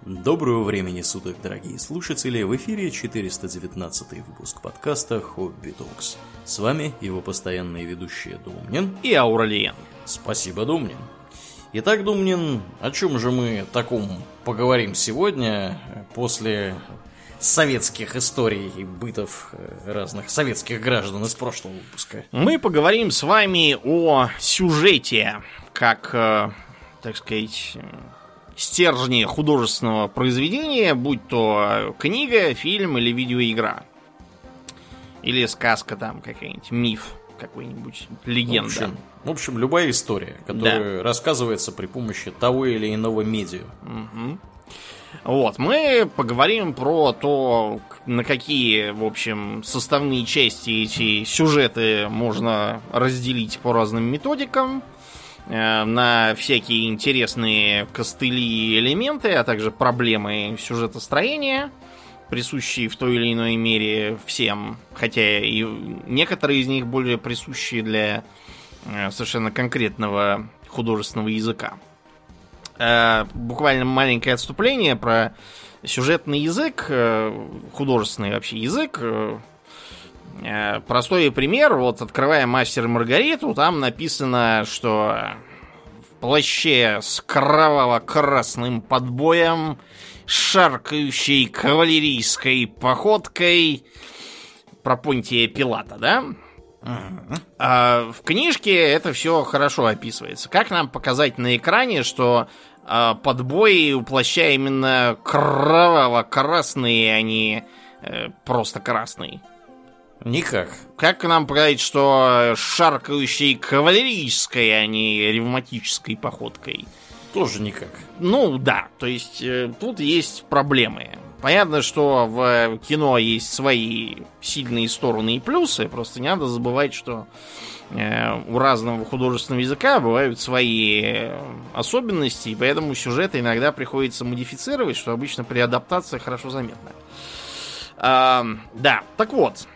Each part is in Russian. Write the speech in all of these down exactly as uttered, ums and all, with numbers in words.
Доброго времени суток, дорогие слушатели! В эфире четыреста девятнадцатый выпуск подкаста Hobby Talks. С вами его постоянные ведущие Домнин и Ауралиен. Спасибо, Домнин. Итак, Домнин, о чем же мы таком поговорим сегодня после советских историй и бытов разных советских граждан из прошлого выпуска? Мы поговорим с вами о сюжете, как, так сказать, стержни художественного произведения, будь то книга, фильм или видеоигра. Или сказка там какая-нибудь, миф какой-нибудь, легенда. В общем, в общем любая история, которая да. рассказывается при помощи того или иного медиа. Угу. Вот, мы поговорим про то, на какие, в общем, составные части эти сюжеты можно разделить по разным методикам, на всякие интересные костыли и элементы, а также проблемы сюжетостроения, присущие в той или иной мере всем, хотя и некоторые из них более присущие для совершенно конкретного художественного языка. Буквально маленькое отступление про сюжетный язык, художественный вообще язык. Простой пример, вот открывая «Мастер и Маргариту», там написано, что в плаще с кроваво-красным подбоем, шаркающей кавалерийской походкой, про Понтия Пилата, да? Uh-huh. А в книжке это все хорошо описывается. Как нам показать на экране, что а, подбои у плаща именно кроваво-красные, а не э, просто красные? Никак. Как нам показать, что шаркающей кавалерийской, а не ревматической походкой? Тоже никак. Ну да, то есть э, тут есть проблемы. Понятно, что в кино есть свои сильные стороны и плюсы, просто не надо забывать, что э, у разного художественного языка бывают свои особенности, и поэтому сюжеты иногда приходится модифицировать, что обычно при адаптации хорошо заметно. Э, да, так вот.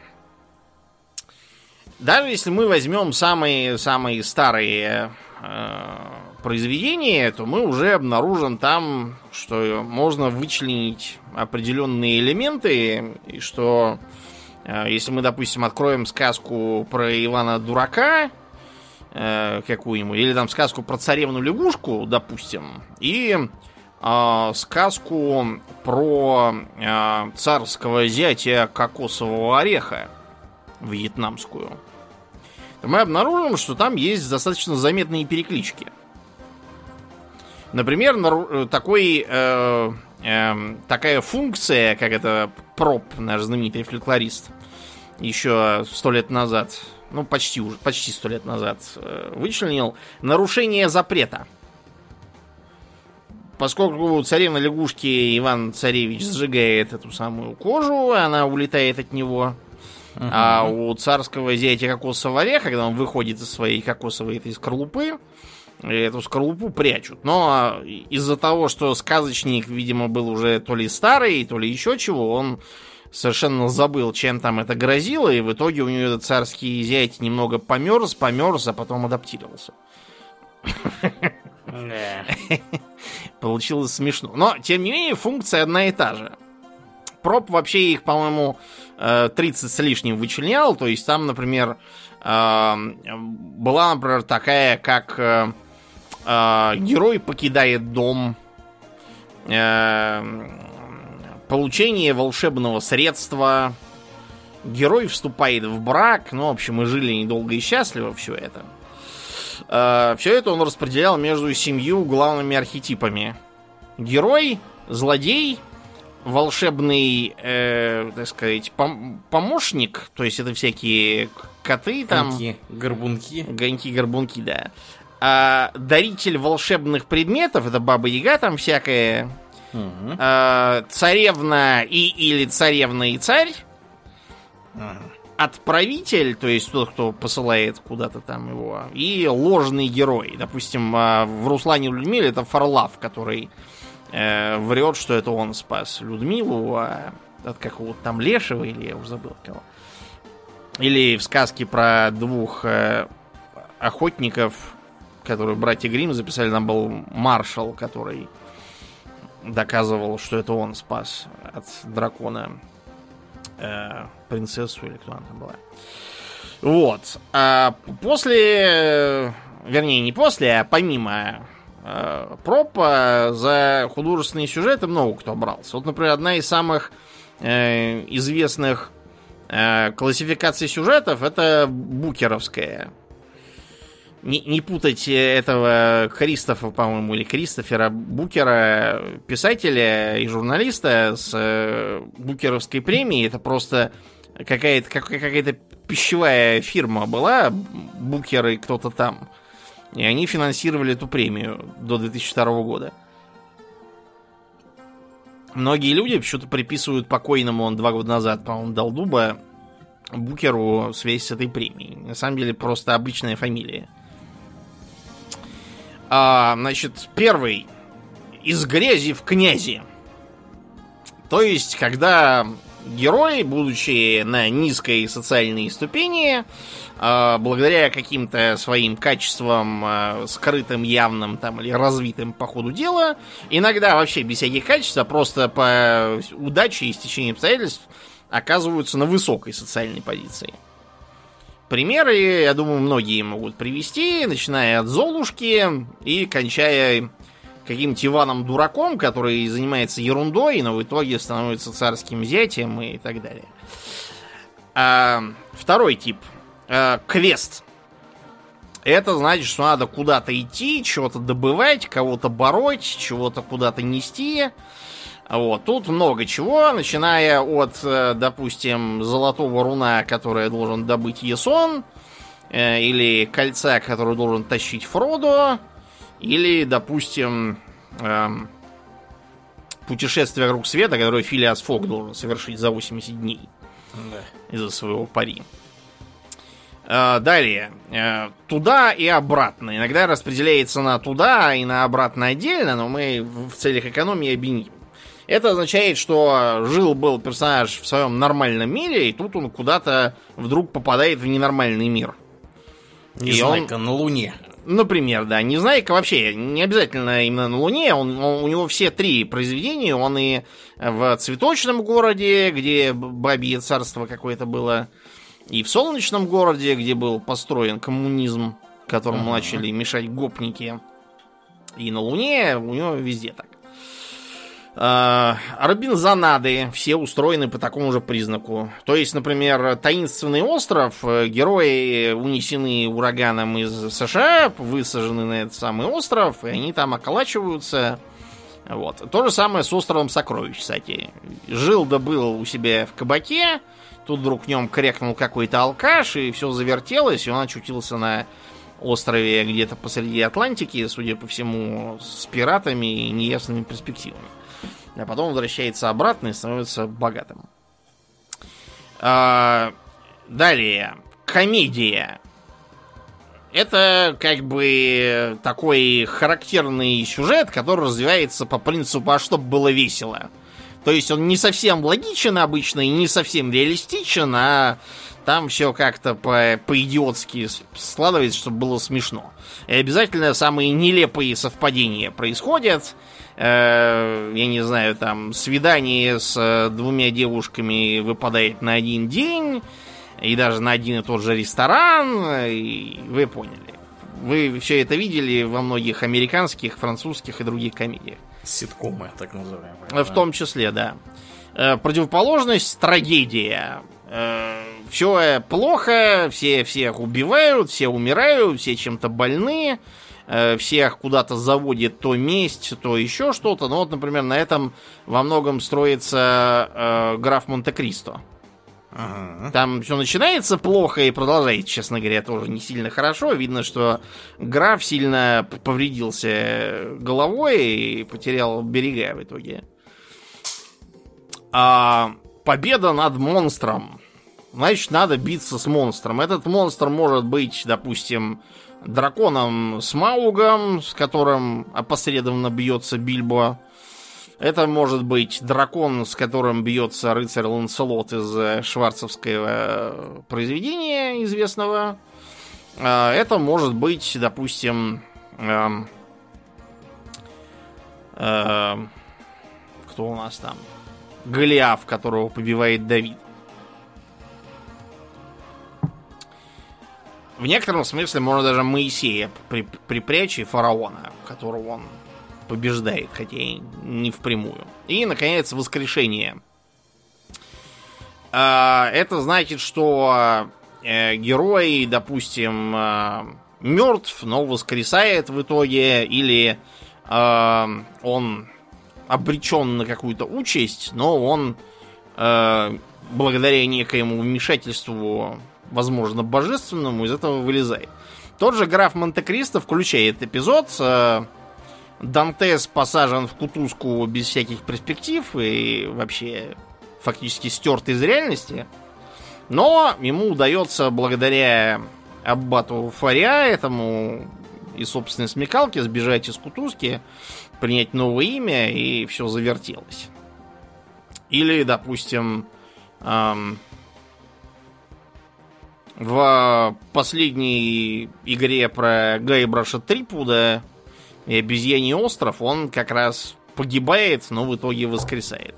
Даже если мы возьмем самые-самые старые э, произведения, то мы уже обнаружим там, что можно вычленить определенные элементы, и что э, если мы, допустим, откроем сказку про Ивана Дурака э, какую-нибудь, или там сказку про царевну-лягушку, допустим, и э, сказку про э, царского зятя кокосового ореха вьетнамскую, мы обнаружим, что там есть достаточно заметные переклички. Например, такой, э, э, такая функция, как это Проб, наш знаменитый фольклорист, еще сто лет назад, ну почти уже, почти сто лет назад э, вычленил, нарушение запрета. Поскольку у царевны лягушки Иван-царевич сжигает эту самую кожу, она улетает от него. Uh-huh. А у царского зятя кокосового ореха, когда он выходит из своей кокосовой этой скорлупы, эту скорлупу прячут. Но из-за того, что сказочник, видимо, был уже то ли старый, то ли еще чего, он совершенно забыл, чем там это грозило, и в итоге у него этот царский зять немного померз, померз, а потом адаптировался. Получилось смешно. Но, тем не менее, функция одна и та же. Проб вообще их, по-моему, тридцать с лишним вычленял. То есть там, например, была, например, такая, как герой покидает дом, получение волшебного средства, герой вступает в брак. Ну, в общем, и жили недолго и счастливо все это. Все это он распределял между семью главными архетипами. Герой, злодей, волшебный, э, так сказать, пом- помощник, то есть это всякие коты там. Гоньки, горбунки. Гоньки, горбунки, да. А даритель волшебных предметов, это Баба Яга там всякая. Угу. А, царевна и или царевна и царь. Угу. Отправитель, то есть тот, кто посылает куда-то там его. И ложный герой. Допустим, в Руслане и Людмиле это Фарлав, который врет, что это он спас Людмилу, а от какого-то там лешего, или я уже забыл кого. Или в сказке про двух э, охотников, которые братья Гримм записали, там был маршал, который доказывал, что это он спас от дракона э, принцессу, или кто она там была. Вот. А после... Вернее, не после, а помимо э, пропа за художественные сюжеты много кто брался. Вот, например, одна из самых э, известных э, классификаций сюжетов — это букеровская. Не, не путать этого Кристофа, по-моему, или Кристофера Букера, писателя и журналиста, с э, букеровской премией. Это просто какая-то, какая-то пищевая фирма была, Букер и кто-то там. И они финансировали эту премию до две тысячи второго года. Многие люди почему-то приписывают покойному, он два года назад, по-моему, дал дуба, Букеру связь с этой премией. На самом деле просто обычная фамилия. А, значит, первый. Из грязи в князи. То есть, когда герой, будучи на низкой социальной ступени, э, благодаря каким-то своим качествам, э, скрытым, явным там, или развитым по ходу дела, иногда вообще без всяких качеств, а просто по удаче и стечению обстоятельств оказываются на высокой социальной позиции. Примеры, я думаю, многие могут привести, начиная от Золушки и кончая каким-то Иваном-дураком, который занимается ерундой, но в итоге становится царским зятем и так далее. А, второй тип. А, квест. Это значит, что надо куда-то идти, чего-то добывать, кого-то бороть, чего-то куда-то нести. Вот. Тут много чего, начиная от, допустим, золотого руна, который должен добыть Ясон, или кольца, который должен тащить Фродо, или, допустим, эм, путешествие вокруг света, которое Филиас Фок должен совершить за восемьдесят дней. Да. Из-за своего пари. Э, далее. Э, туда и обратно. Иногда распределяется на туда и на обратно отдельно, но мы в целях экономии объединим. Это означает, что жил-был персонаж в своем нормальном мире, и тут он куда-то вдруг попадает в ненормальный мир. Незнайка он... на Луне. Например, да. Незнайка вообще не обязательно именно на Луне. Он, он, у него все три произведения. Он и в Цветочном городе, где бабье царство какое-то было, и в Солнечном городе, где был построен коммунизм, которому uh-huh. начали мешать гопники. И на Луне у него везде так. Робинзонады все устроены по такому же признаку. То есть, например, таинственный остров, герои унесены ураганом из США, высажены на этот самый остров, и они там околачиваются. Вот. То же самое с островом Сокровищ, кстати. Жил да был у себя в кабаке, тут вдруг в нем крякнул какой-то алкаш, и все завертелось, и он очутился на острове где-то посреди Атлантики, судя по всему, с пиратами и неясными перспективами. А потом возвращается обратно и становится богатым. А, далее. Комедия. Это как бы такой характерный сюжет, который развивается по принципу «а чтоб было весело». То есть он не совсем логичен обычно и не совсем реалистичен, а там все как-то по- по-идиотски складывается, чтобы было смешно. И обязательно самые нелепые совпадения происходят. Я не знаю, там свидание с двумя девушками выпадает на один день, и даже на один и тот же ресторан, и вы поняли. Вы все это видели во многих американских, французских и других комедиях. Ситкомы, так называемые. В да. том числе, да. Противоположность — трагедия. Все плохо, все всех убивают, все умирают, все чем-то больны. Всех куда-то заводит то месть, то еще что-то. Ну вот, например, на этом во многом строится э, граф Монте-Кристо. Ага. Там все начинается плохо и продолжается, честно говоря, тоже не сильно хорошо. Видно, что граф сильно повредился головой и потерял берега в итоге. А победа над монстром. Значит, надо биться с монстром. Этот монстр может быть, допустим, драконом Смаугом, с которым опосредованно бьется Бильбо. Это может быть дракон, с которым бьется рыцарь Ланселот из шварцевского произведения известного. Это может быть, допустим, кто у нас там? Голиаф, которого побивает Давид. В некотором смысле можно даже Моисея при, припрячь и фараона, которого он побеждает, хотя и не впрямую. И, наконец, воскрешение. Это значит, что герой, допустим, мертв, но воскресает в итоге, или он обречен на какую-то участь, но он благодаря некоему вмешательству, возможно, божественному, из этого вылезает. Тот же граф Монте-Кристо включает эпизод. Дантес посажен в кутузку без всяких перспектив и вообще фактически стерт из реальности. Но ему удается, благодаря аббату Фариа, этому и собственной смекалке, сбежать из кутузки, принять новое имя, и все завертелось. Или, допустим, эм, в последней игре про Гайбраша Трипуда и Обезьяний остров он как раз погибает, но в итоге воскресает.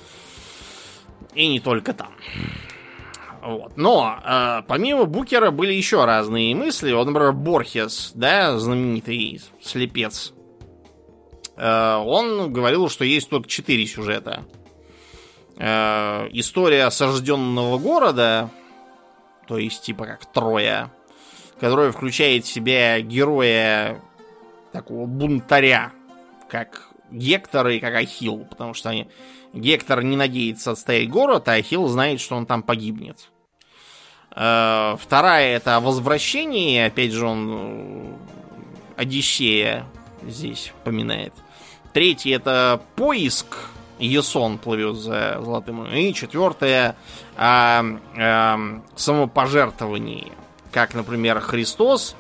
И не только там. Вот. Но э, помимо Букера были еще разные мысли. Вот, например, Борхес, да, знаменитый слепец. Э, он говорил, что есть только четыре сюжета. Э, история осажденного города, то есть типа как Троя, которая включает в себя героя такого бунтаря, как Гектор и как Ахилл, потому что они... Гектор не надеется отстоять город, а Ахилл знает, что он там погибнет. Э, вторая — это возвращение, опять же он Одиссея здесь поминает. Третья — это поиск, Ясон плывет за золотым. И четвертое — э, э, самопожертвование, как, например, Христос.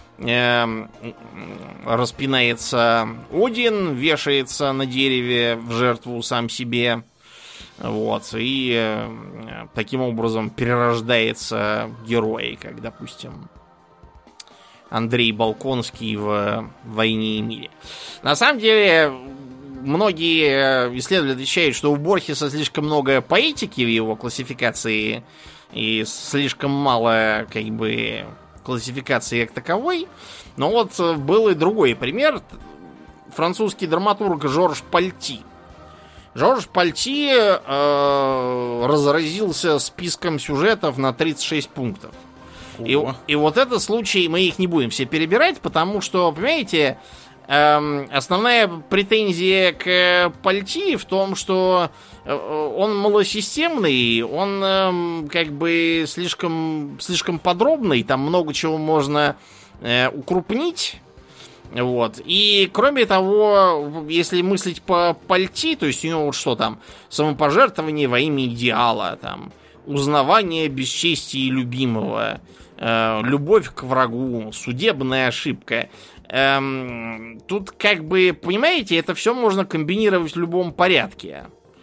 Распинается Один, вешается на дереве в жертву сам себе. Вот. И э, таким образом перерождается герой, как, допустим, Андрей Балконский в «Войне и мире». На самом деле, многие исследователи отвечают, что у Борхеса слишком много поэтики в его классификации и слишком мало, как бы, классификации как таковой. Но вот был и другой пример. Французский драматург Жорж Пальти. Жорж Пальти э, разразился списком сюжетов на тридцать шесть пунктов. И, и вот это случай, мы их не будем все перебирать, потому что, понимаете, э, основная претензия к Пальти в том, что он малосистемный, он э, как бы слишком, слишком подробный, там много чего можно э, укрупнить. Вот. И кроме того, если мыслить по Пальти, то есть у него вот что там, самопожертвование во имя идеала, там, узнавание бесчестия любимого, э, любовь к врагу, судебная ошибка. Эм, тут как бы, понимаете, это все можно комбинировать в любом порядке.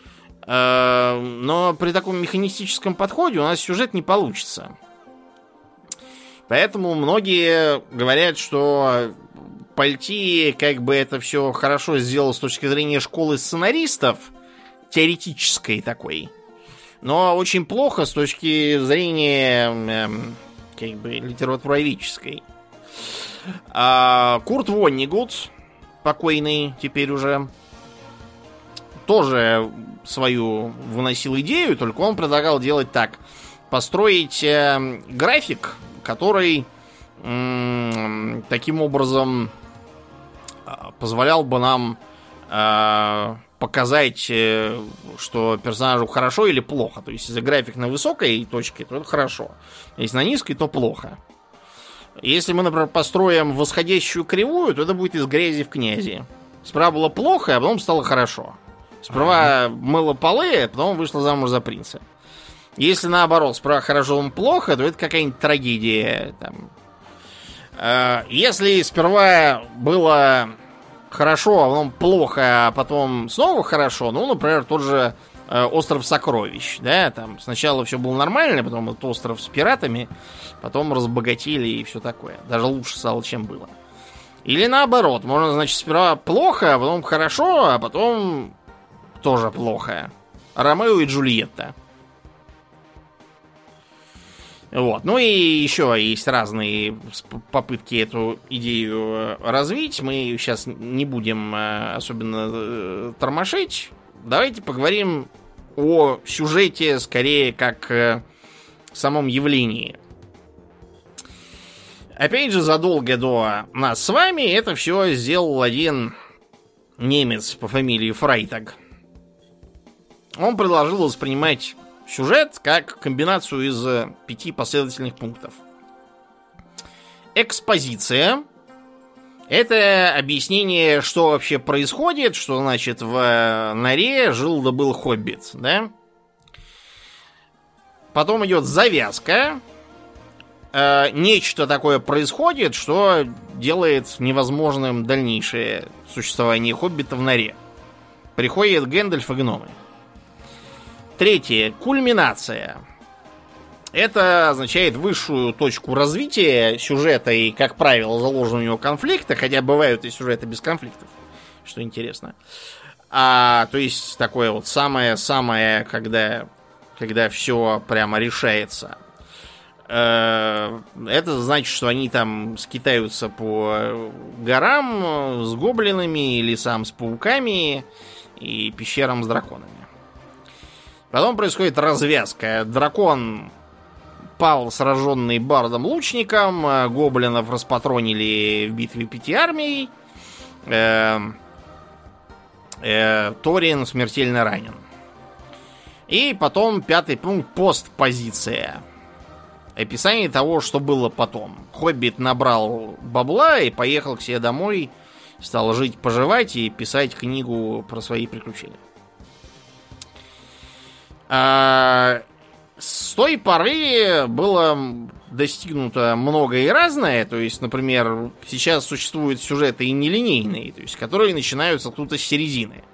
Но при таком механистическом подходе у нас сюжет не получится. Поэтому многие говорят, что Пальти как бы это все хорошо сделал с точки зрения школы сценаристов, теоретической такой, но очень плохо с точки зрения как бы литературоведческой. А Курт Воннегут, покойный теперь уже, тоже свою выносил идею, только он предлагал делать так. Построить э, график, который э, таким образом э, позволял бы нам э, показать, э, что персонажу хорошо или плохо. То есть, если график на высокой точке, то это хорошо. Если на низкой, то плохо. Если мы, например, построим восходящую кривую, то это будет из грязи в князи. Справа было плохо, а потом стало хорошо. Сперва мыла полы, а потом вышла замуж за принца. Если наоборот, сперва хорошо, он плохо, то это какая-нибудь трагедия. Там. Если сперва было хорошо, а потом плохо, а потом снова хорошо, ну, например, тот же остров сокровищ. Да? Там сначала все было нормально, потом этот остров с пиратами, потом разбогатели и все такое. Даже лучше стало, чем было. Или наоборот, можно, значит, сперва плохо, а потом хорошо, а потом тоже плохо. Ромео и Джульетта. Вот. Ну и еще есть разные попытки эту идею развить. Мы сейчас не будем особенно тормошить. Давайте поговорим о сюжете скорее как о самом явлении. Опять же, задолго до нас с вами это все сделал один немец по фамилии Фрайтаг. Он предложил воспринимать сюжет как комбинацию из пяти последовательных пунктов. Экспозиция — это объяснение, что вообще происходит, что, значит, в норе жил да был хоббит, да? Потом идет завязка. Э, нечто такое происходит, что делает невозможным дальнейшее существование хоббита в норе. Приходят Гэндальф и гномы. Третье. Кульминация. Это означает высшую точку развития сюжета и, как правило, заложен у него конфликта, хотя бывают и сюжеты без конфликтов, что интересно. А, то есть такое вот самое-самое, когда, когда все прямо решается. Это значит, что они там скитаются по горам с гоблинами, лесам с пауками и пещерам с драконами. Потом происходит развязка. Дракон пал, сраженный бардом-лучником. Гоблинов распатронили в битве пяти армий. Э, э, Торин смертельно ранен. И потом пятый пункт — постпозиция. Описание того, что было потом. Хоббит набрал бабла и поехал к себе домой. Стал жить-поживать и писать книгу про свои приключения. А с той поры было достигнуто многое и разное. То есть, например, сейчас существуют сюжеты и нелинейные, то есть, которые начинаются тут с середины.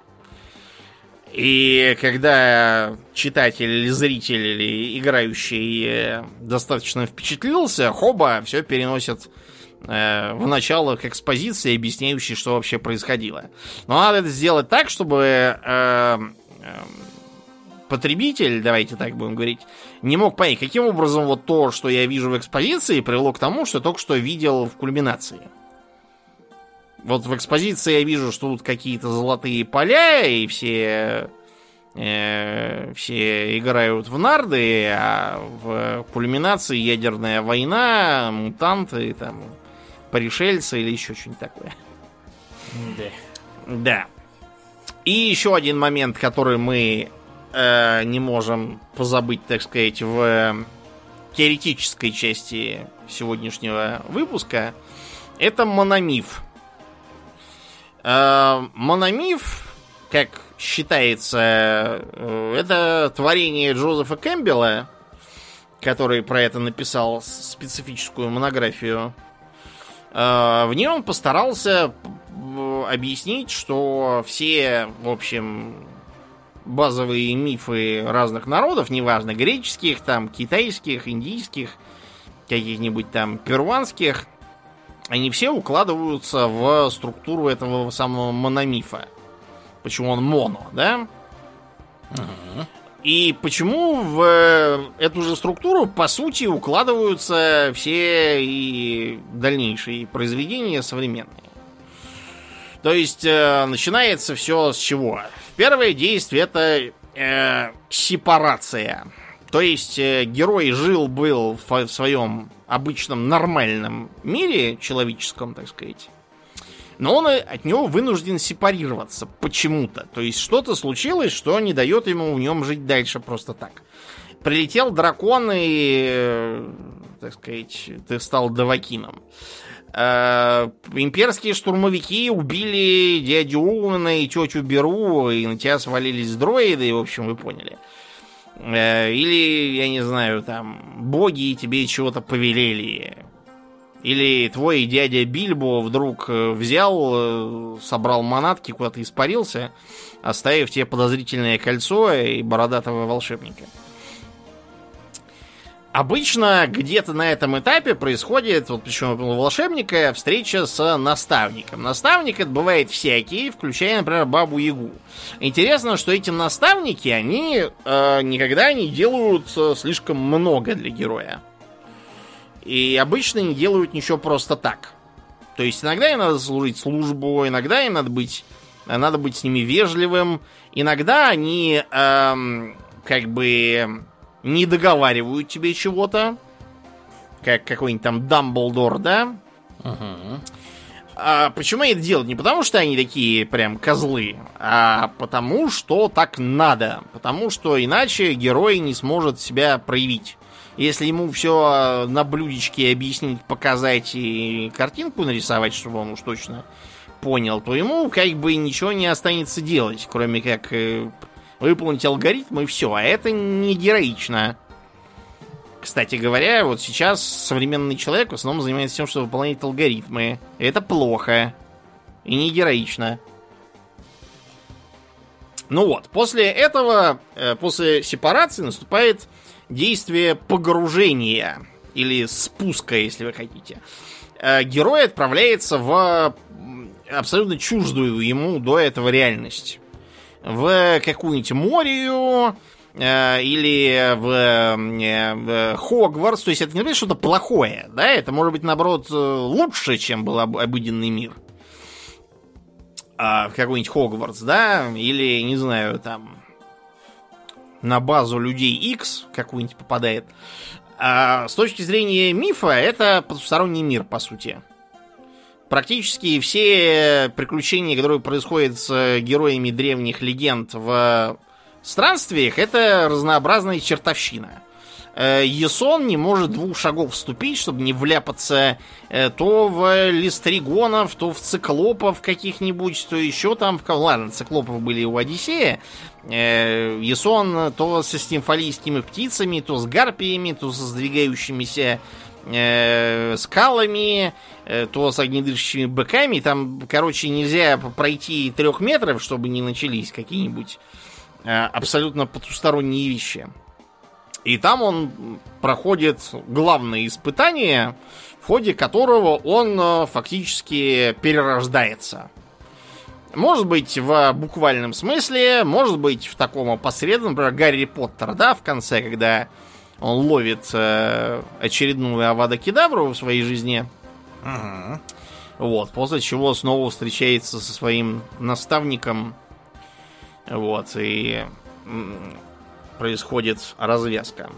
И когда читатель или зритель или играющий достаточно впечатлился, хоба, все переносят э, в начало к экспозиции, объясняющей, что вообще происходило. Но надо это сделать так, чтобы э, э, потребитель, давайте так будем говорить, не мог понять, каким образом вот то, что я вижу в экспозиции, привело к тому, что я только что видел в кульминации. Вот в экспозиции я вижу, что тут какие-то золотые поля, и все, э, все играют в нарды, а в кульминации ядерная война, мутанты, там, пришельцы или еще что-нибудь такое. Да. Да. И еще один момент, который мы э, не можем позабыть, так сказать, в теоретической части сегодняшнего выпуска, это мономиф. Мономиф, как считается, это творение Джозефа Кэмпбелла, который про это написал специфическую монографию. В ней он постарался объяснить, что все, в общем, базовые мифы разных народов, неважно, греческих, там, китайских, индийских, каких-нибудь там перуанских, они все укладываются в структуру этого самого мономифа. Почему он моно, да? Uh-huh. И почему в эту же структуру, по сути, укладываются все и дальнейшие произведения современные. То есть, э, начинается все с чего? Первое действие — это э, сепарация. То есть, э, герой жил-был в, в своем обычном нормальном мире, человеческом, так сказать, но он от него вынужден сепарироваться почему-то. То есть что-то случилось, что не дает ему в нем жить дальше просто так. Прилетел дракон и, так сказать, ты стал давакином. Имперские штурмовики убили дядю Оуэна и тетю Беру, и на тебя свалились дроиды, и, в общем, вы поняли. Или, я не знаю, там, боги тебе чего-то повелели. Или твой дядя Бильбо вдруг взял, собрал манатки, куда-то испарился, оставив тебе подозрительное кольцо и бородатого волшебника. Обычно где-то на этом этапе происходит, вот почему у волшебника, встреча с наставником. Наставник это бывает всякий, включая, например, Бабу-Ягу. Интересно, что эти наставники, они э, никогда не делают слишком много для героя. И обычно не делают ничего просто так. То есть иногда им надо служить службу, иногда им надо быть, надо быть с ними вежливым, иногда они эм, как бы... не договаривают тебе чего-то, как какой-нибудь там Дамблдор, да? Uh-huh. А почему они это делают? Не потому, что они такие прям козлы, а потому, что так надо. Потому что иначе герой не сможет себя проявить. Если ему все на блюдечке объяснить, показать и картинку нарисовать, чтобы он уж точно понял, то ему как бы ничего не останется делать, кроме как... выполнить алгоритм и все. А это не героично. Кстати говоря, вот сейчас современный человек в основном занимается тем, что выполняет алгоритмы. Это плохо. И не героично. Ну вот, после этого, после сепарации наступает действие погружения. Или спуска, если вы хотите. Герой отправляется в абсолютно чуждую ему до этого реальность. В какую-нибудь Морию э, или в, э, в Хогвартс. То есть это не говорит что-то плохое, да? Это может быть, наоборот, лучше, чем был об, обыденный мир. А, в какой-нибудь Хогвартс, да? Или, не знаю, там на базу Людей Икс какую-нибудь попадает. А с точки зрения мифа, это потусторонний мир, по сути. Практически все приключения, которые происходят с героями древних легенд в странствиях, это разнообразная чертовщина. Ясон не может двух шагов вступить, чтобы не вляпаться то в листригонов, то в циклопов каких-нибудь, то еще там... В... Ладно, циклопов были у Одиссея. Ясон то со стимфалийскими птицами, то с гарпиями, то со сдвигающимися э, скалами, э, то с огнедышащими быками. Там, короче, нельзя пройти трех метров, чтобы не начались какие-нибудь э, абсолютно потусторонние вещи. И там он проходит главное испытание, в ходе которого он э, фактически перерождается. Может быть, в буквальном смысле, может быть, в таком опосредованном, например, Гарри Поттер, да, в конце, когда он ловит э, очередную авада-кедавру в своей жизни. Uh-huh. Вот, после чего снова встречается со своим наставником. Вот, и м- происходит развязка.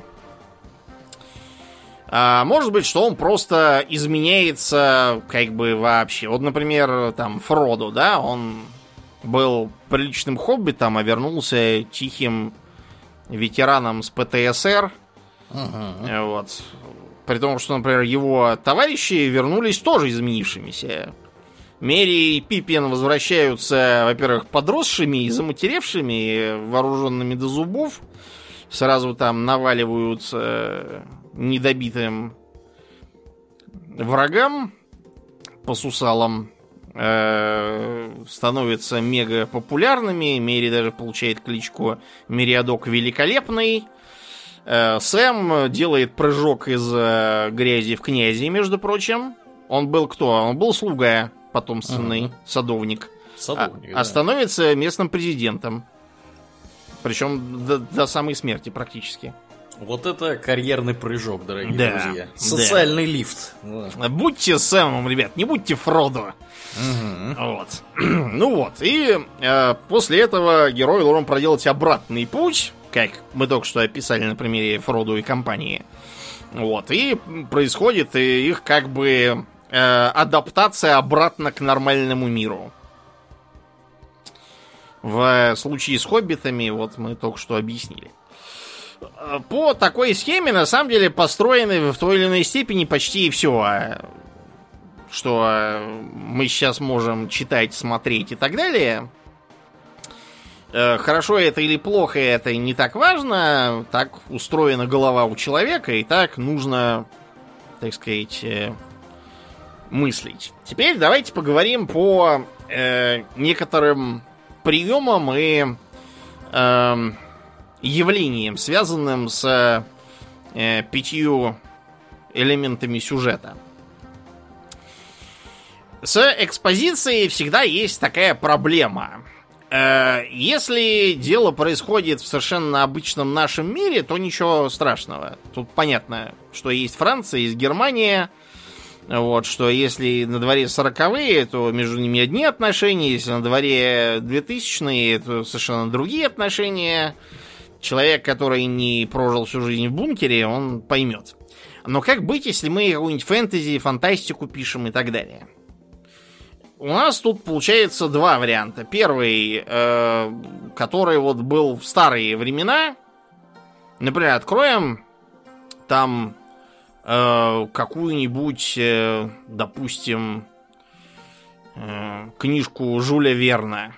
А может быть, что он просто изменяется как бы вообще. Вот, например, там Фродо, да, он был приличным хоббитом, а вернулся тихим ветераном с ПТСР. Uh-huh. Вот. При том, что, например, его товарищи вернулись тоже изменившимися. Мери и Пиппин возвращаются, во-первых, подросшими и заматеревшими, вооруженными до зубов. Сразу там наваливаются недобитым врагам по сусалам. Э, становятся мега популярными. Мери даже получает кличку Мериадок Великолепный. Э, Сэм делает прыжок из э, грязи в князи, между прочим. Он был кто? Он был слуга потомственный, uh-huh. садовник. Садовник, а, да. А становится местным президентом. Причем до, до самой смерти практически. Вот это карьерный прыжок, дорогие да, друзья. Социальный да. лифт. Да. Будьте Сэмом, ребят, не будьте Фродо. Угу. Вот. Ну вот. И э, после этого герой должен проделать обратный путь, как мы только что описали на примере Фродо и компании. Вот. И происходит их как бы э, адаптация обратно к нормальному миру. В случае с хоббитами, вот мы только что объяснили. По такой схеме, на самом деле, построены в той или иной степени почти все, что мы сейчас можем читать, смотреть и так далее. Хорошо это или плохо, это не так важно. Так устроена голова у человека, и так нужно, так сказать, мыслить. Теперь давайте поговорим по э, некоторым приемам и э, явлениям, связанным с э, пятью элементами сюжета. С экспозицией всегда есть такая проблема. Э, если дело происходит в совершенно обычном нашем мире, то ничего страшного. Тут понятно, что есть Франция, есть Германия. Вот, что если на дворе сороковые, то между ними одни отношения, если на дворе двухтысячные, то совершенно другие отношения. Человек, который не прожил всю жизнь в бункере, он поймет. Но как быть, если мы какую-нибудь фэнтези, фантастику пишем и так далее? У нас тут получается два варианта. Первый, э, который вот был в старые времена. Например, откроем там э, какую-нибудь, э, допустим, э, книжку Жюля Верна.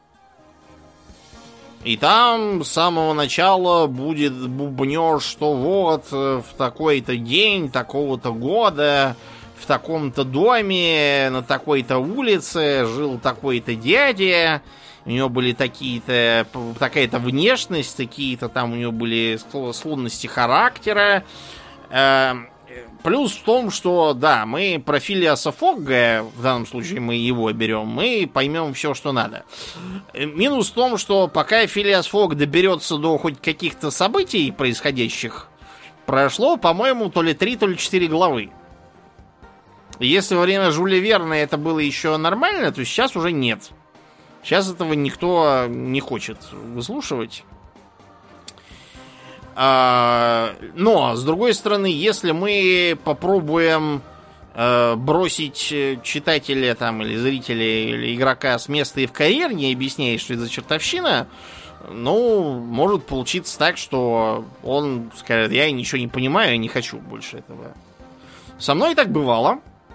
И там с самого начала будет бубнёж, что вот в такой-то день, такого-то года, в таком-то доме, на такой-то улице жил такой-то дядя. У него были такие-то, такая-то внешность, такие-то там у него были склонности характера. Плюс в том, что, да, мы про Филиаса Фогга, в данном случае мы его берем, мы поймем все, что надо. Минус в том, что пока Филиас Фогг доберется до хоть каких-то событий происходящих, прошло, по-моему, то ли три, то ли четыре главы. Если во время Жюля Верна это было еще нормально, то сейчас уже нет. Сейчас этого никто не хочет выслушивать. А, но, с другой стороны, если мы попробуем э, бросить читателя там, или зрителя, или игрока с места и в карьер, не объясняя, что это за чертовщина, ну, может получиться так, что он скажет: я ничего не понимаю, я не хочу больше этого. Со мной так бывало.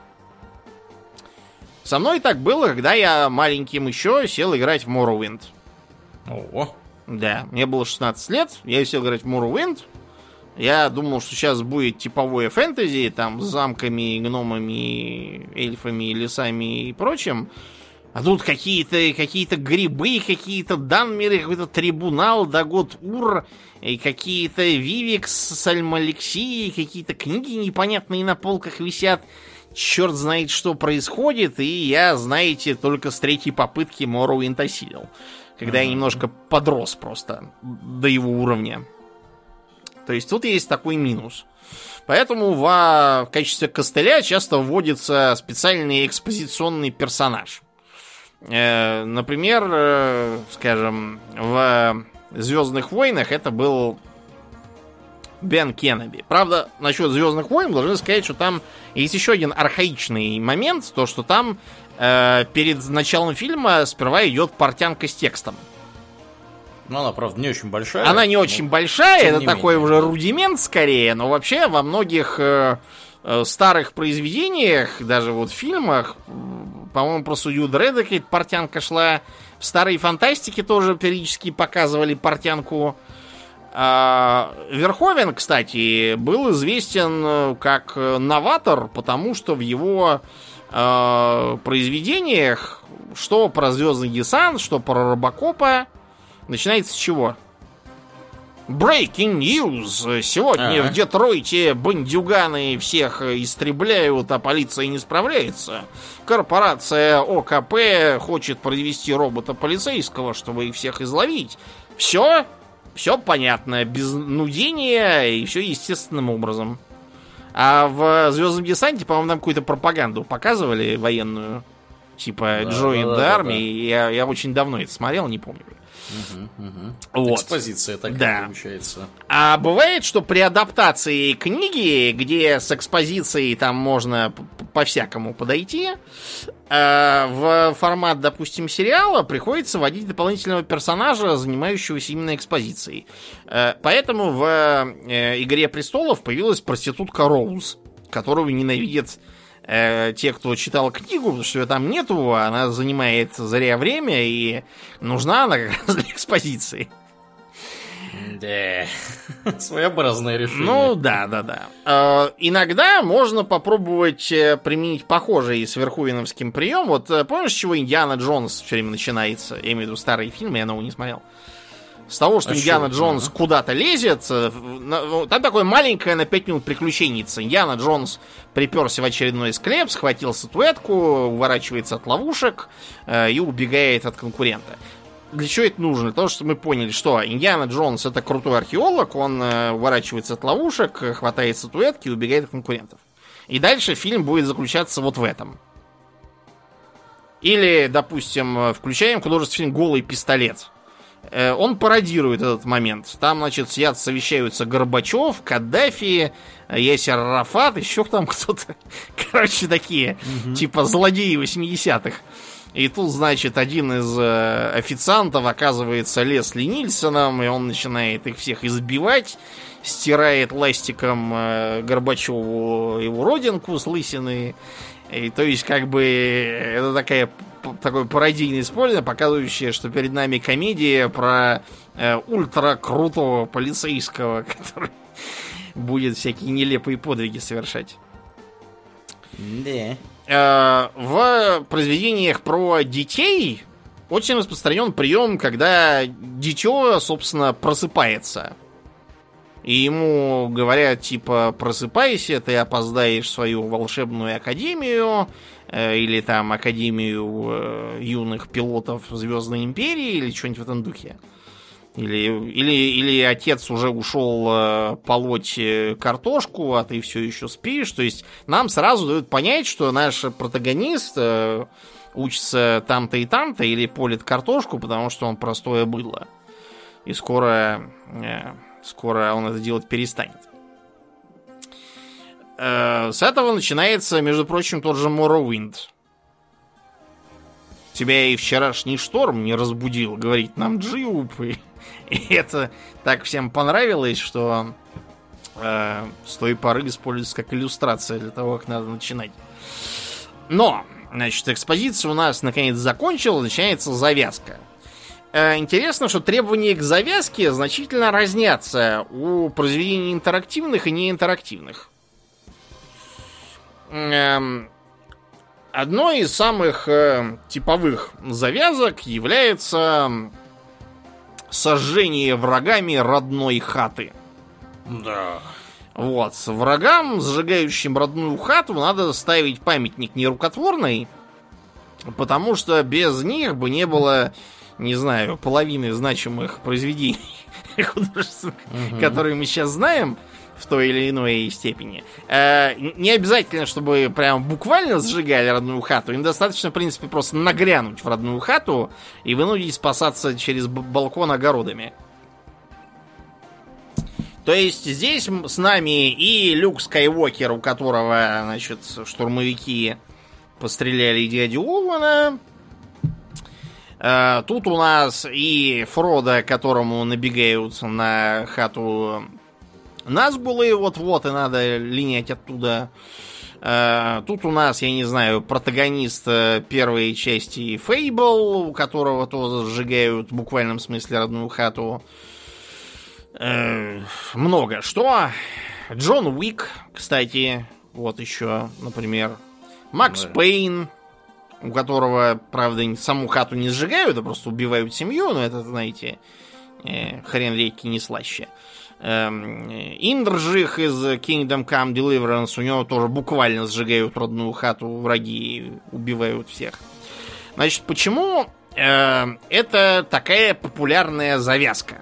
Со мной так было, когда я маленьким еще сел играть в Morrowind. Ого. Да, мне было шестнадцать лет, я сел играть в Morrowind. Я думал, что сейчас будет типовое фэнтези, там, с замками, гномами, эльфами, лесами и прочим. А тут какие-то какие-то грибы, какие-то данмеры, какой-то трибунал, Дагот Ур, и какие-то Вивикс, Сальмалексии, какие-то книги непонятные на полках висят. Черт знает, что происходит, и я, знаете, только с третьей попытки Morrowind осилил. Когда я немножко подрос просто до его уровня. То есть тут есть такой минус. Поэтому в качестве костыля часто вводится специальный экспозиционный персонаж. Э, например, э, скажем, в «Звездных войнах» это был Бен Кеннеби. Правда, насчет «Звездных войн» должны сказать, что там есть еще один архаичный момент, то, что там э, перед началом фильма сперва идет портянка с текстом. Ну, она, правда, не очень большая. Она не очень большая, это такой менее. уже рудимент скорее, но вообще во многих э, э, старых произведениях, даже вот в фильмах, по-моему, про судью Дредда какая-то портянка шла. В старой фантастике тоже периодически показывали портянку. Верховен, кстати, был известен как новатор, потому что в его э, произведениях, что про Звездный десант, что про Робокопа, начинается с чего? Breaking news! Сегодня ага. в Детройте бандюганы всех истребляют, а полиция не справляется. Корпорация ОКП хочет провести робота полицейского, чтобы их всех изловить. Все... Все понятно, без нудения и все естественным образом. А в «Звездном десанте», по-моему, нам какую-то пропаганду показывали военную. Типа да, Join да, the да, Army. Да, да. Я, я очень давно это смотрел, не помню. Угу, угу. Вот. Экспозиция такая да. получается. А бывает, что при адаптации книги, где с экспозицией там можно по-всякому подойти, в формат, допустим, сериала приходится вводить дополнительного персонажа, занимающегося именно экспозицией. Поэтому в «Игре престолов» появилась проститутка Роуз, которую ненавидят те, кто читал книгу, потому что ее там нету, она занимает зря время, и нужна она как раз для экспозиции. Да, своеобразное решение. Ну, да, да, да. Э, иногда можно попробовать применить похожий с верховеновским прием. Вот помнишь, с чего Индиана Джонс все время начинается? Я имею в виду старые фильмы, я нового не смотрел. С того, что а Индиана что? Джонс Ага. куда-то лезет, там такое маленькое на пять минут приключенница. Индиана Джонс приперся в очередной склеп, схватил статуэтку, уворачивается от ловушек э, и убегает от конкурента. Для чего это нужно? Для того, чтобы мы поняли, что Индиана Джонс это крутой археолог, он э, уворачивается от ловушек, хватает статуэтки и убегает от конкурентов. И дальше фильм будет заключаться вот в этом. Или, допустим, включаем художественный фильм «Голый пистолет». Он пародирует этот момент. Там, значит, сидят, совещаются Горбачев, Каддафи, Ясер Арафат, еще там кто-то. Короче, такие, угу. типа злодеи восьмидесятых. И тут, значит, один из э, официантов оказывается Лесли Нильсоном, и он начинает их всех избивать, стирает ластиком э, Горбачеву его родинку с лысины. И, то есть, как бы, это такая, такое пародийное использование, показывающее, что перед нами комедия про э, ультра-крутого полицейского, который будет всякие нелепые подвиги совершать. Да. Э, в произведениях про детей очень распространен прием, когда дитё, собственно, просыпается. И ему говорят, типа, просыпайся, ты опоздаешь в свою волшебную академию, э, или там академию э, юных пилотов Звездной Империи, или что-нибудь в этом духе. Или, или, или отец уже ушел э, полоть картошку, а ты все еще спишь. То есть нам сразу дают понять, что наш протагонист э, учится там-то и там-то, или полит картошку, потому что он простое быдло. И скоро... Э, Скоро он это делать перестанет. С этого начинается, между прочим, тот же Morrowind. Тебя и вчерашний шторм не разбудил, говорит нам Джиуп. И, и это так всем понравилось, что э, с той поры используется как иллюстрация для того, как надо начинать. Но, значит, экспозиция у нас наконец закончилась, начинается завязка. Интересно, что требования к завязке значительно разнятся у произведений интерактивных и неинтерактивных. Одной из самых типовых завязок является сожжение врагами родной хаты. Да. Вот. Врагам, сжигающим родную хату, надо ставить памятник нерукотворный, потому что без них бы не было... не знаю, половины значимых произведений художественных, угу. которые мы сейчас знаем в той или иной степени. Э, не обязательно, чтобы прям буквально сжигали родную хату. Им достаточно, в принципе, просто нагрянуть в родную хату и вынудить спасаться через балкон огородами. То есть здесь с нами и Люк Скайуокер, у которого, значит, штурмовики постреляли дядю Оуэна. Тут у нас и Фродо, которому набегают на хату Назгулы, вот-вот, и надо линять оттуда. Тут у нас, я не знаю, протагонист первой части Фейбл, у которого тоже сжигают в буквальном смысле родную хату. Много что. Джон Уик, кстати, вот еще, например. Макс да. Пейн, у которого, правда, саму хату не сжигают, а просто убивают семью, но это, знаете, э, хрен редьки не слаще. Эм, Индржих из Kingdom Come Deliverance, у него тоже буквально сжигают родную хату враги и убивают всех. Значит, почему э, это такая популярная завязка?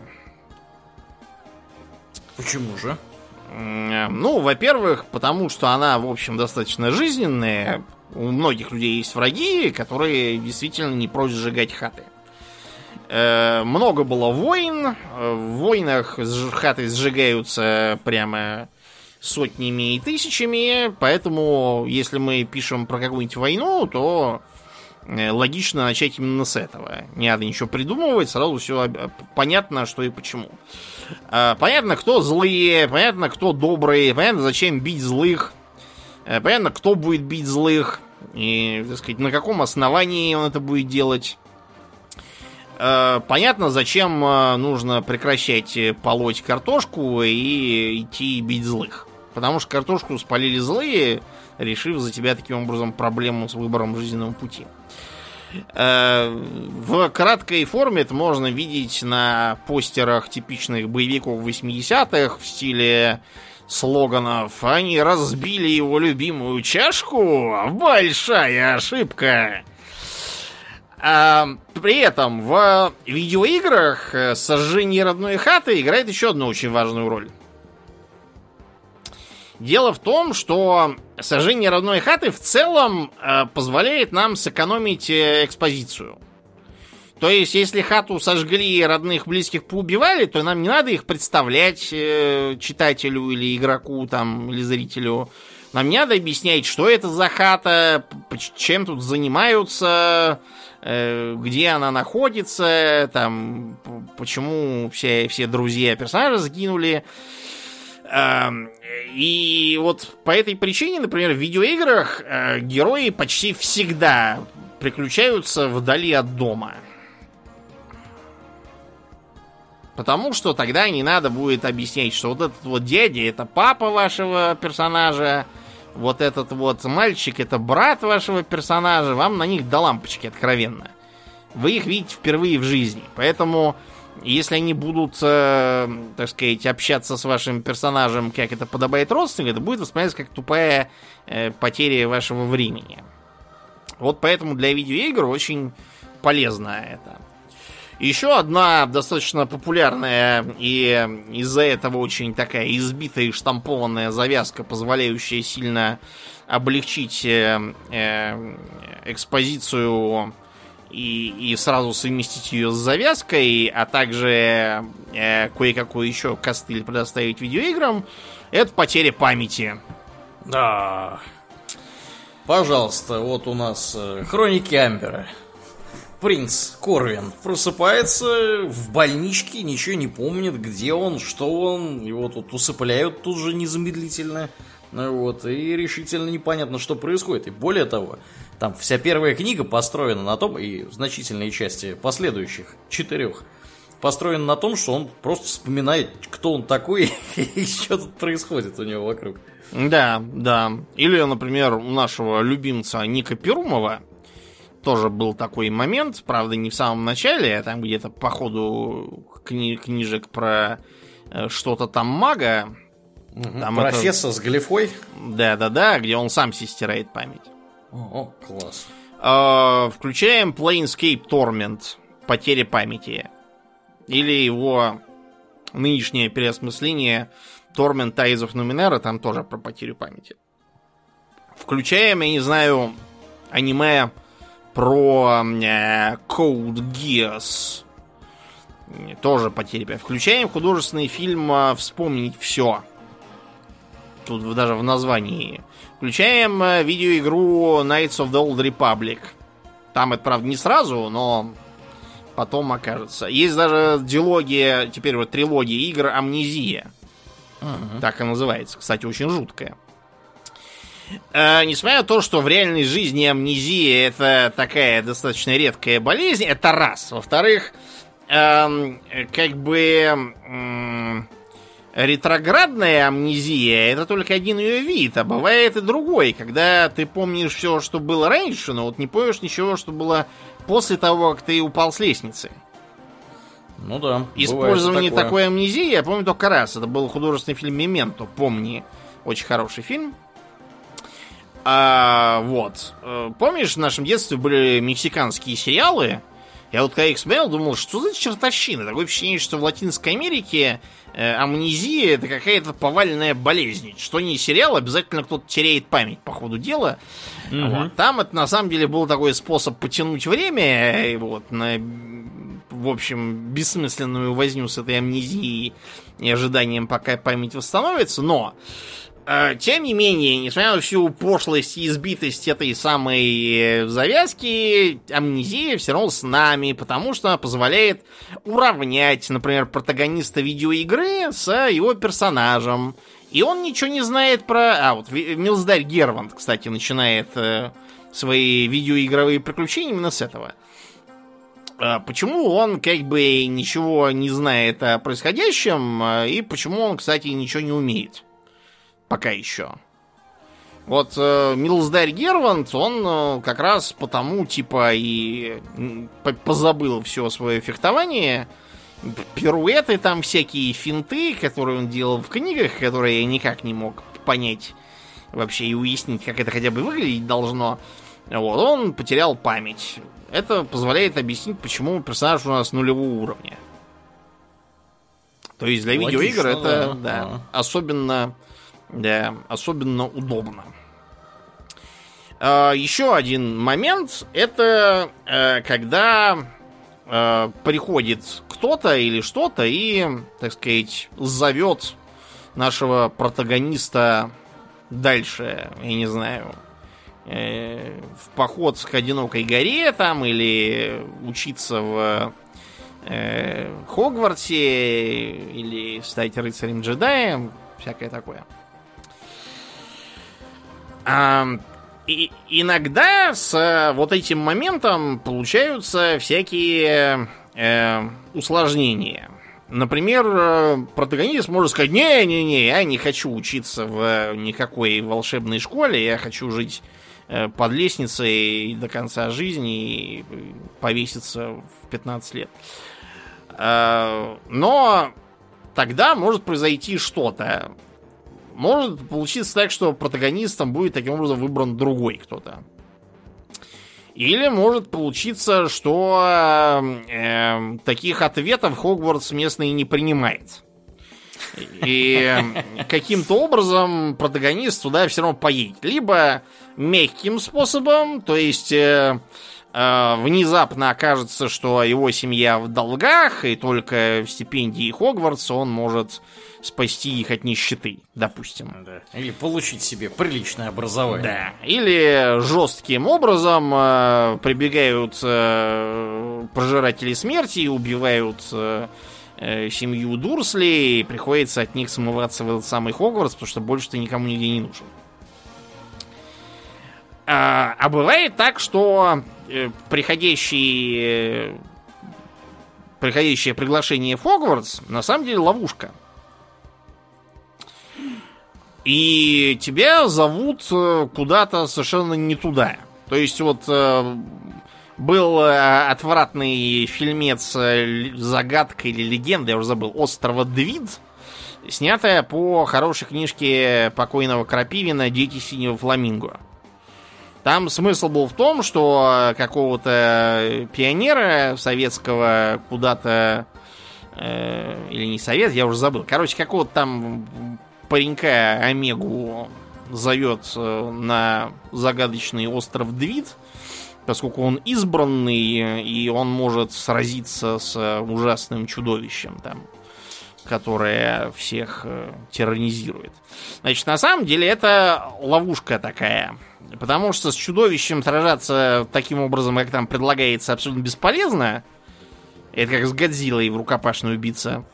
Почему же? Э, ну, во-первых, потому что она, в общем, достаточно жизненная. У многих людей есть враги, которые действительно не прочь сжигать хаты. Э, много было войн. В войнах хаты сжигаются прямо сотнями и тысячами. Поэтому, если мы пишем про какую-нибудь войну, то э, логично начать именно с этого. Не надо ничего придумывать, сразу все понятно, что и почему. Э, понятно, кто злые, понятно, кто добрые, понятно, зачем бить злых. Понятно, кто будет бить злых и, так сказать, на каком основании он это будет делать. Понятно, зачем нужно прекращать полоть картошку и идти бить злых. Потому что картошку спалили злые, решив за тебя таким образом проблему с выбором жизненного пути. В краткой форме это можно видеть на постерах типичных боевиков восьмидесятых в стиле слоганов «Они разбили его любимую чашку? Большая ошибка!». А при этом в видеоиграх сожжение родной хаты играет еще одну очень важную роль. Дело в том, что сожжение родной хаты в целом э, позволяет нам сэкономить э, экспозицию. То есть, если хату сожгли, родных, близких поубивали, то нам не надо их представлять э, читателю или игроку, там, или зрителю. Нам не надо объяснять, что это за хата, чем тут занимаются, э, где она находится, там, почему все, все друзья персонажа сгинули. И вот по этой причине, например, в видеоиграх э, герои почти всегда приключаются вдали от дома. Потому что тогда не надо будет объяснять, что вот этот вот дядя — это папа вашего персонажа, вот этот вот мальчик — это брат вашего персонажа, вам на них до лампочки, откровенно. Вы их видите впервые в жизни, поэтому... Если они будут, э, так сказать, общаться с вашим персонажем, как это подобает родственнику, это будет восприниматься как тупая э, потеря вашего времени. Вот поэтому для видеоигр очень полезно это. Еще одна достаточно популярная и из-за этого очень такая избитая и штампованная завязка, позволяющая сильно облегчить э, э, экспозицию И, и сразу совместить ее с завязкой, а также э, кое-какой еще костыль предоставить видеоиграм, это потеря памяти. Да. Пожалуйста, вот у нас э, Хроники Амбера. Принц Корвин просыпается в больничке, ничего не помнит, где он, что он. Его тут усыпляют тут же незамедлительно. Вот, и решительно непонятно, что происходит. И более того, там вся первая книга построена на том, и значительные части последующих четырех построена на том, что он просто вспоминает, кто он такой и что тут происходит у него вокруг. Да, да. Или, например, у нашего любимца Ника Перумова тоже был такой момент, правда, не в самом начале, а там где-то по ходу кни- книжек про э, что-то там мага. Угу. Там профессор это... с глифой? Да-да-да, где он сам себе стирает память. О, класс. Э, включаем Planescape Torment, потеря памяти. Или его нынешнее переосмысление Torment Tides of Numenera, там тоже про потерю памяти. Включаем, я не знаю, аниме про э, Code Geass. Тоже потеря памяти. Включаем художественный фильм «Вспомнить все». Тут даже в названии. Включаем видеоигру Knights of the Old Republic. Там это, правда, не сразу, но потом окажется. Есть даже дилогия, теперь вот трилогия игр «Амнезия». Uh-huh. Так и называется. Кстати, очень жуткая. Э, несмотря на то, что в реальной жизни амнезия — это такая достаточно редкая болезнь, это раз. Во-вторых, э, как бы... Э, ретроградная амнезия — это только один ее вид, а бывает и другой, когда ты помнишь все, что было раньше, но вот не помнишь ничего, что было после того, как ты упал с лестницы. Ну да. Использование такой амнезии я помню только раз. Это был художественный фильм «Мементо». Помни. Очень хороший фильм. А, вот. Помнишь, в нашем детстве были мексиканские сериалы? Я вот когда их смотрел, думал, что за чертовщина? Такое впечатление, что в Латинской Америке э, амнезия — это какая-то повальная болезнь. Что ни сериал, обязательно кто-то теряет память по ходу дела. Mm-hmm. Вот. Там это на самом деле был такой способ потянуть время, и вот, на, в общем, бессмысленную возню с этой амнезией и ожиданием, пока память восстановится. Но тем не менее, несмотря на всю пошлость и избитость этой самой завязки, амнезия все равно с нами, потому что она позволяет уравнять, например, протагониста видеоигры с его персонажем. И он ничего не знает про... А, вот Милздарь Герванд, кстати, начинает э, свои видеоигровые приключения именно с этого. А почему он как бы ничего не знает о происходящем, и почему он, кстати, ничего не умеет? Пока еще. Вот э, Милсдарь Гервант, он э, как раз потому, типа, и позабыл все свое фехтование, пируэты там всякие, финты, которые он делал в книгах, которые я никак не мог понять вообще и уяснить, как это хотя бы выглядеть должно. Вот, он потерял память. Это позволяет объяснить, почему персонаж у нас нулевого уровня. То есть для Логично, видеоигр это да, да, да. особенно, да, особенно удобно. А, еще один момент, это э, когда э, приходит кто-то или что-то и, так сказать, зовет нашего протагониста дальше, я не знаю, э, в поход к одинокой горе там или учиться в э, Хогвартсе или стать рыцарем-джедаем, всякое такое. А, и иногда с вот этим моментом получаются всякие э, усложнения. Например, протагонист может сказать: не-не-не, я не хочу учиться в никакой волшебной школе, я хочу жить под лестницей до конца жизни и повеситься в пятнадцать лет. Но тогда может произойти что-то. Может получиться так, что протагонистом будет таким образом выбран другой кто-то. Или может получиться, что э, таких ответов Хогвартс местный не принимает. И каким-то образом протагонист туда все равно поедет. Либо мягким способом, то есть э, э, внезапно окажется, что его семья в долгах, и только в стипендии Хогвартса он может спасти их от нищеты, допустим. Да. Или получить себе приличное образование. Да. Или жестким образом э, прибегают э, пожиратели смерти и убивают э, э, семью Дурсли, и приходится от них смываться в этот самый Хогвартс, потому что больше ты никому нигде не нужен. А, а бывает так, что э, приходящий, э, приходящее приглашение в Хогвартс на самом деле ловушка. И тебя зовут куда-то совершенно не туда. То есть вот э, был отвратный фильмец «Загадка» или «Легенда», я уже забыл, «Острова Двид», снятая по хорошей книжке покойного Крапивина «Дети синего фламинго». Там смысл был в том, что какого-то пионера советского куда-то... Э, или не совет, я уже забыл. Короче, какого-то там... паренька Омегу зовет на загадочный остров Двид, поскольку он избранный, и он может сразиться с ужасным чудовищем там, которое всех тиранизирует. Значит, на самом деле это ловушка такая, потому что с чудовищем сражаться таким образом, как там предлагается, абсолютно бесполезно. Это как с Годзиллой в рукопашную биться.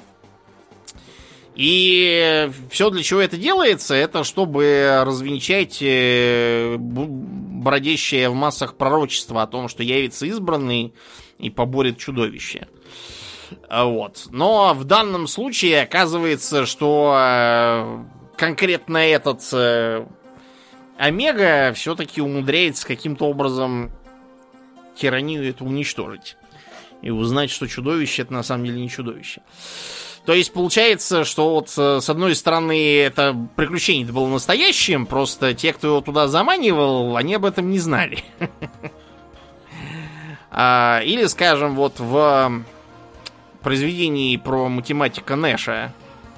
И все, для чего это делается, это чтобы развенчать бродящее в массах пророчество о том, что явится избранный и поборет чудовище. Вот. Но в данном случае оказывается, что конкретно этот Омега все-таки умудряется каким-то образом тиранию эту уничтожить. И узнать, что чудовище — это на самом деле не чудовище. То есть получается, что вот с одной стороны это приключение было настоящим, просто те, кто его туда заманивал, они об этом не знали. Или, скажем, вот в произведении про математика Нэша,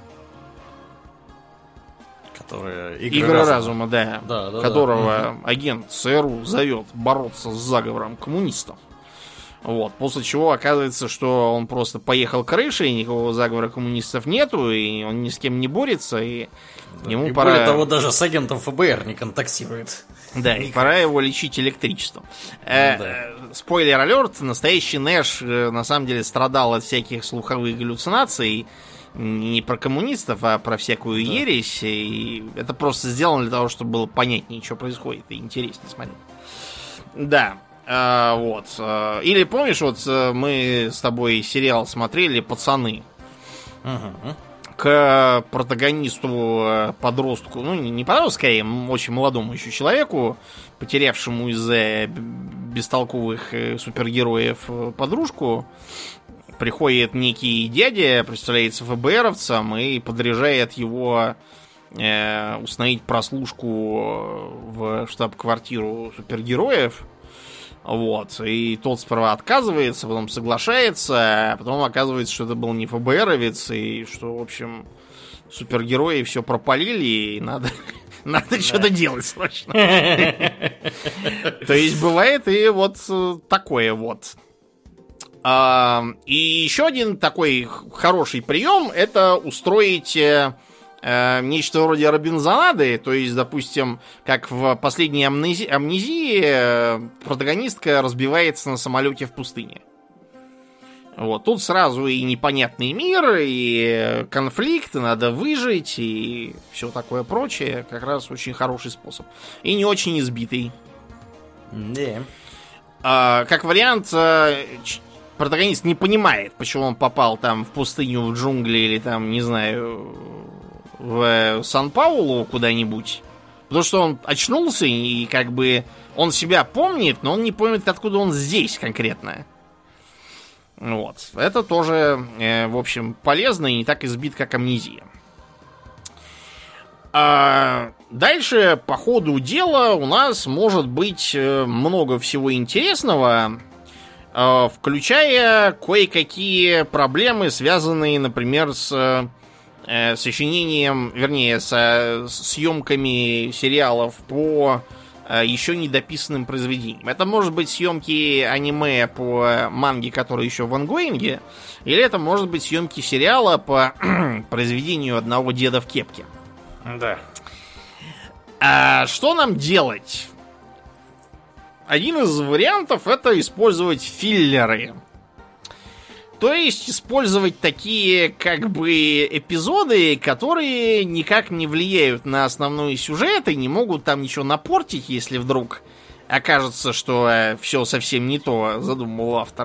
которая Игры, Игры разума, разума да, да, да, которого да. агент ЦРУ зовет бороться с заговором коммунистов. Вот, после чего оказывается, что он просто поехал крышей, никакого заговора коммунистов нету, и он ни с кем не борется, и да, ему и пора... более того, даже с агентом ФБР не контактирует. Да, и пора его лечить электричеством. Э, да. Спойлер-алерт, настоящий Нэш на самом деле страдал от всяких слуховых галлюцинаций, не про коммунистов, а про всякую да. ересь, и это просто сделано для того, чтобы было понятнее, что происходит, и интереснее смотреть. Да. А, вот. Или помнишь, вот мы с тобой сериал смотрели «Пацаны». Угу. к протагонисту, подростку, ну, не подростку, скорее, очень молодому еще человеку, потерявшему из-за бестолковых супергероев подружку, приходит некий дядя, представляется ФБРовцем и подряжает его э, установить прослушку в штаб-квартиру супергероев. Вот. И тот сперва отказывается, потом соглашается, а потом оказывается, что это был не ФБРовец, и что, в общем, супергерои все пропалили, и надо, надо что-то делать срочно. То есть бывает и вот такое вот. И еще один такой хороший прием — это устроить нечто вроде Робинзонады. То есть, допустим, как в последней амнези- амнезии протагонистка разбивается на самолете в пустыне. Вот. Тут сразу и непонятный мир, и конфликт, и надо выжить, и все такое прочее. Как раз очень хороший способ. И не очень избитый. Да. А, как вариант, протагонист не понимает, почему он попал там в пустыню, в джунгли или там, не знаю, в Сан-Паулу куда-нибудь. Потому что он очнулся и как бы он себя помнит, но он не помнит, откуда он здесь конкретно. Вот. Это тоже, э, в общем, полезно и не так избит, как амнезия. А дальше, по ходу дела, у нас может быть много всего интересного, э, включая кое-какие проблемы, связанные, например, с э, сочинением, вернее, со съемками сериалов по э, еще недописанным произведениям. Это может быть съемки аниме по манге, которые еще в ангоинге, или это может быть съемки сериала по произведению одного деда в кепке. Да. А что нам делать? Один из вариантов — это использовать филлеры. То есть использовать такие как бы эпизоды, которые никак не влияют на основной сюжет и не могут там ничего напортить, если вдруг окажется, что все совсем не то задумал автор.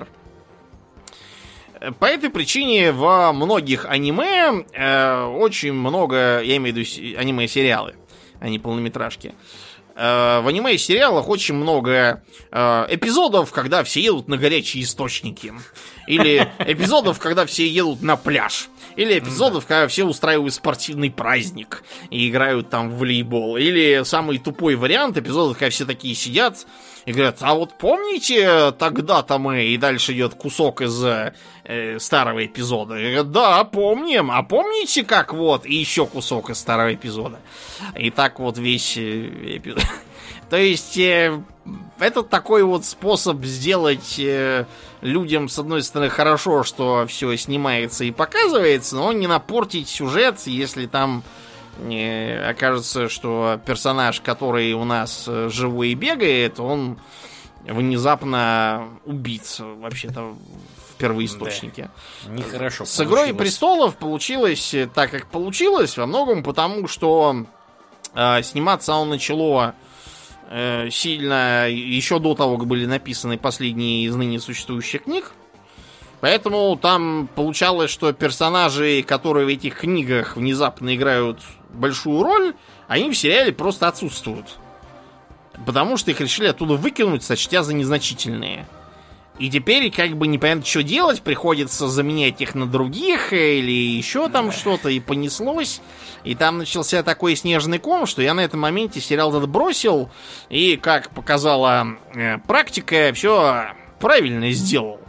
По этой причине во многих аниме э, очень много, я имею в виду аниме-сериалы, а не полнометражки. Э, в аниме-сериалах очень много э, эпизодов, когда все едут на горячие источники. Или эпизодов, когда все едут на пляж. Или эпизодов, когда все устраивают спортивный праздник и играют там в волейбол. Или самый тупой вариант эпизодов, когда все такие сидят и говорят: а вот помните, тогда-то мы... И дальше идет кусок из э, старого эпизода. И говорят: да, помним. А помните, как вот? И еще кусок из старого эпизода. И так вот весь э, эпизод. То есть э, это такой вот способ сделать э, людям, с одной стороны, хорошо, что все снимается и показывается, но не напортить сюжет, если там э, окажется, что персонаж, который у нас живой и бегает, он внезапно убит вообще-то в первоисточнике. Да. Нехорошо. С «Игрой престолов» получилось так, как получилось, во многом потому, что э, сниматься он начало сильно еще до того, как были написаны последние из ныне существующих книг. Поэтому там получалось, что персонажи, которые в этих книгах внезапно играют большую роль, они в сериале просто отсутствуют. Потому что их решили оттуда выкинуть, сочтя за незначительные. И теперь как бы непонятно, что делать, приходится заменять их на других или еще там что-то, и понеслось. И там начался такой снежный ком, что я на этом моменте сериал этот бросил, и, как показала э, практика, все правильно сделал.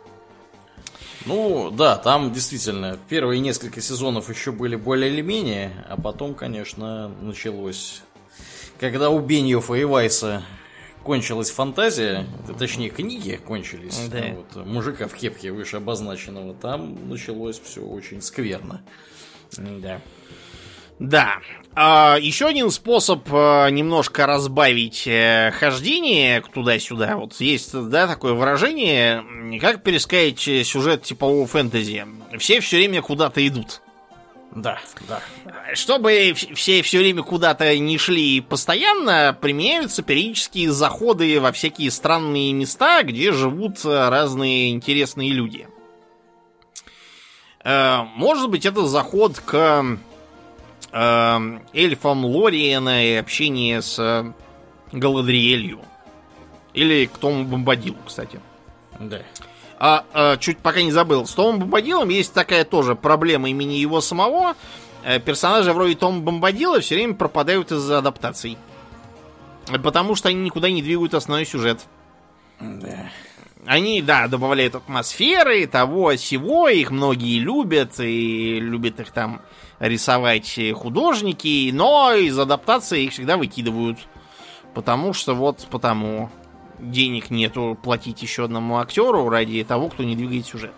Ну, да, там действительно первые несколько сезонов еще были более или менее, а потом, конечно, началось... Когда у Беньёфа и Вайса кончилась фантазия, точнее, книги кончились, да. Вот, мужика в кепке выше обозначенного, там началось все очень скверно. Да. Да. А, еще один способ а, немножко разбавить а, хождение туда-сюда. Вот есть, да, такое выражение, как пересказать сюжет типового фэнтези. Все все время куда-то идут. Да, да. Чтобы все все время куда-то не шли постоянно, применяются периодические заходы во всякие странные места, где живут разные интересные люди. Э, может быть, это заход к э, эльфам Лориена и общение с э, Галадриэлью. Или к Тому Бомбадилу, кстати. Да. А, а чуть пока не забыл. С Томом Бомбадилом есть такая тоже проблема имени его самого. Э, персонажи вроде Тома Бомбадила все время пропадают из-за адаптаций. Потому что они никуда не двигают основной сюжет. Да. Они, да, добавляют атмосферы, того, сего, их многие любят, и любят их там рисовать художники, но из адаптации их всегда выкидывают. Потому что вот потому денег нету платить еще одному актеру ради того, кто не двигает сюжет.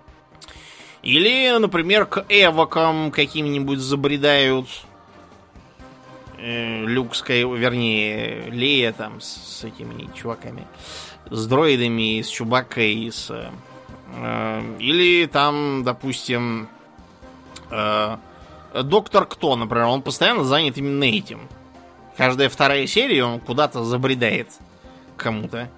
Или, например, к эвокам каким-нибудь забредают. Э, Люк, Скай... вернее, Лея там с, с этими чуваками. С дроидами, с Чубаккой, с... Э, или там, допустим, э, Доктор Кто, например, он постоянно занят именно этим. Каждая вторая серия он куда-то забредает кому-то.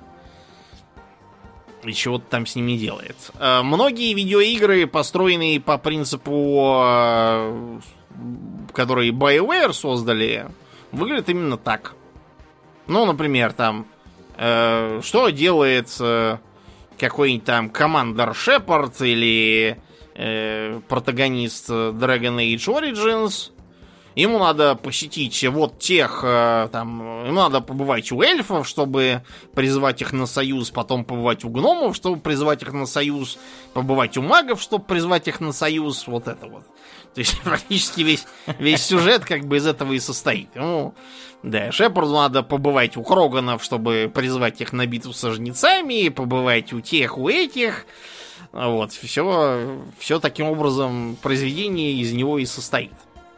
И чего-то там с ними делает. Э, многие видеоигры, построенные по принципу, э, который BioWare создали, выглядят именно так. Ну, например, там, э, что делает э, какой-нибудь там командор Шепард или э, протагонист Dragon Age Origins. Ему надо посетить вот тех, там, ему надо побывать у эльфов, чтобы призвать их на союз, потом побывать у гномов, чтобы призвать их на союз, побывать у магов, чтобы призвать их на союз, вот это вот. То есть практически весь, весь сюжет как бы из этого и состоит. Ну, да, Шепарду надо побывать у Кроганов, чтобы призвать их на битву со жнецами, побывать у тех, у этих. Вот, все, все таким образом произведение из него и состоит.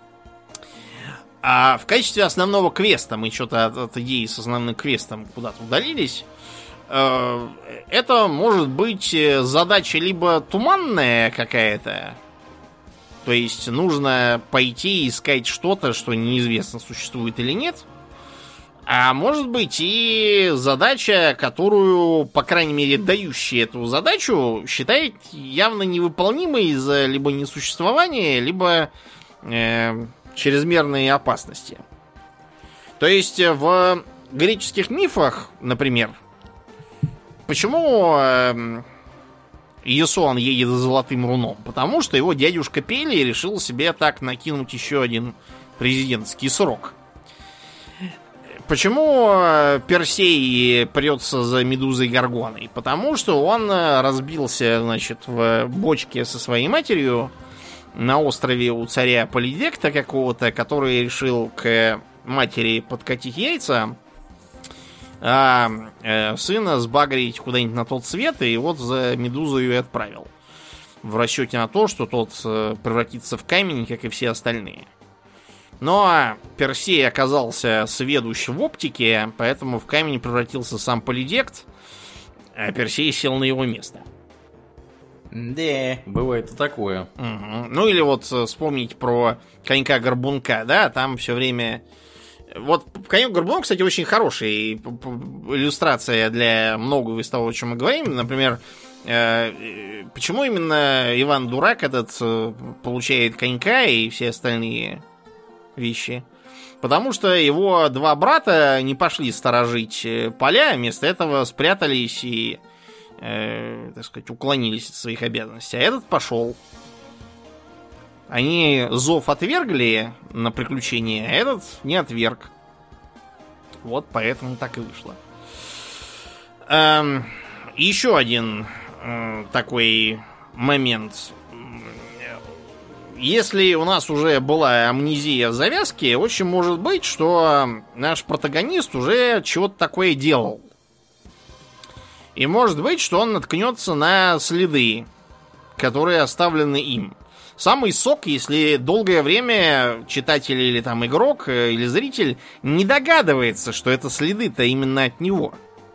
А в качестве основного квеста, мы что-то от, от идеи с основным квестом куда-то удалились, э, это может быть задача либо туманная какая-то, то есть нужно пойти искать что-то, что неизвестно, существует или нет, а может быть и задача, которую, по крайней мере, дающий эту задачу, считает явно невыполнимой из-за либо несуществования, либо... Э, чрезмерные опасности. То есть в греческих мифах, например, почему э, Ясон едет за золотым руном? Потому что его дядюшка Пели решил себе так накинуть еще один президентский срок. Почему Персей прется за Медузой Горгоной? Потому что он разбился, значит, в бочке со своей матерью на острове у царя Полидекта какого-то, который решил к матери подкатить яйца, а э, сына сбагрить куда-нибудь на тот свет, и вот за Медузу и отправил. В расчете на то, что тот э, превратится в камень, как и все остальные. Но Персей оказался сведущ в оптике, поэтому в камень превратился сам Полидект, а Персей сел на его место. Да, бывает и такое. Угу. Ну или вот вспомнить про Конька-Горбунка, да, там все время... Вот Конек-Горбунок, кстати, очень хорошая иллюстрация для многого из того, о чем мы говорим. Например, э, почему именно Иван Дурак этот получает конька и все остальные вещи? Потому что его два брата не пошли сторожить поля, вместо этого спрятались и... Э, так сказать, уклонились от своих обязанностей. А этот пошел. Они зов отвергли на приключение, а этот не отверг. Вот поэтому так и вышло. Эм, еще один э, такой момент. Если у нас уже была амнезия в завязке, очень может быть, что наш протагонист уже чего-то такое делал. И может быть, что он наткнется на следы, которые оставлены им. Самый сок, если долгое время читатель или там игрок, или зритель не догадывается, что это следы-то именно от него.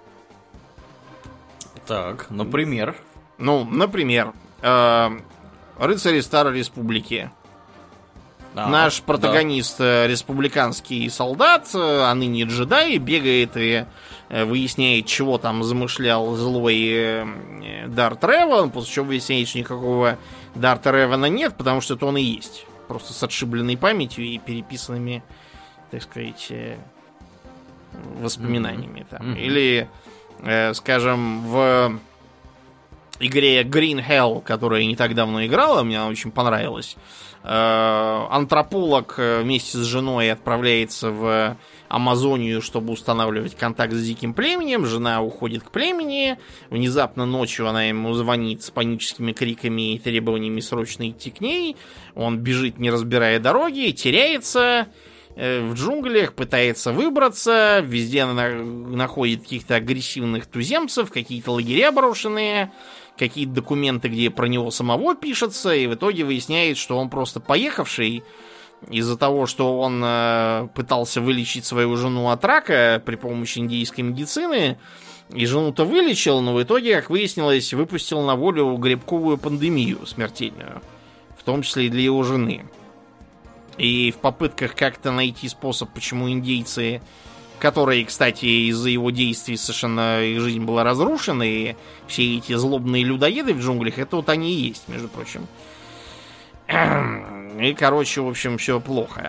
Так, например? Ну, например, э, рыцари Старой Республики. А, Наш протагонист, да. республиканский солдат, а ныне джедай, бегает и выясняет, чего там замышлял злой Дарт Реван, после чего выясняет, что никакого Дарта Ревана нет, потому что это он и есть. Просто с отшибленной памятью и переписанными, так сказать, воспоминаниями. Mm-hmm. Там. Mm-hmm. Или, э, скажем, в игре Green Hell, которая я не так давно играла, мне она очень понравилась, э, антрополог вместе с женой отправляется в Амазонию, чтобы устанавливать контакт с диким племенем. Жена уходит к племени. Внезапно ночью она ему звонит с паническими криками и требованиями срочно идти к ней. Он бежит, не разбирая дороги, теряется в джунглях, пытается выбраться, везде находит каких-то агрессивных туземцев, какие-то лагеря брошенные, какие-то документы, где про него самого пишется, и в итоге выясняет, что он просто поехавший из-за того, что он э, пытался вылечить свою жену от рака при помощи индийской медицины, и жену-то вылечил, но в итоге, как выяснилось, выпустил на волю грибковую пандемию смертельную, в том числе и для его жены. И в попытках как-то найти способ, почему индейцы, которые, кстати, из-за его действий совершенно их жизнь была разрушена, и все эти злобные людоеды в джунглях, это вот они и есть, между прочим. И, короче, в общем, все плохо.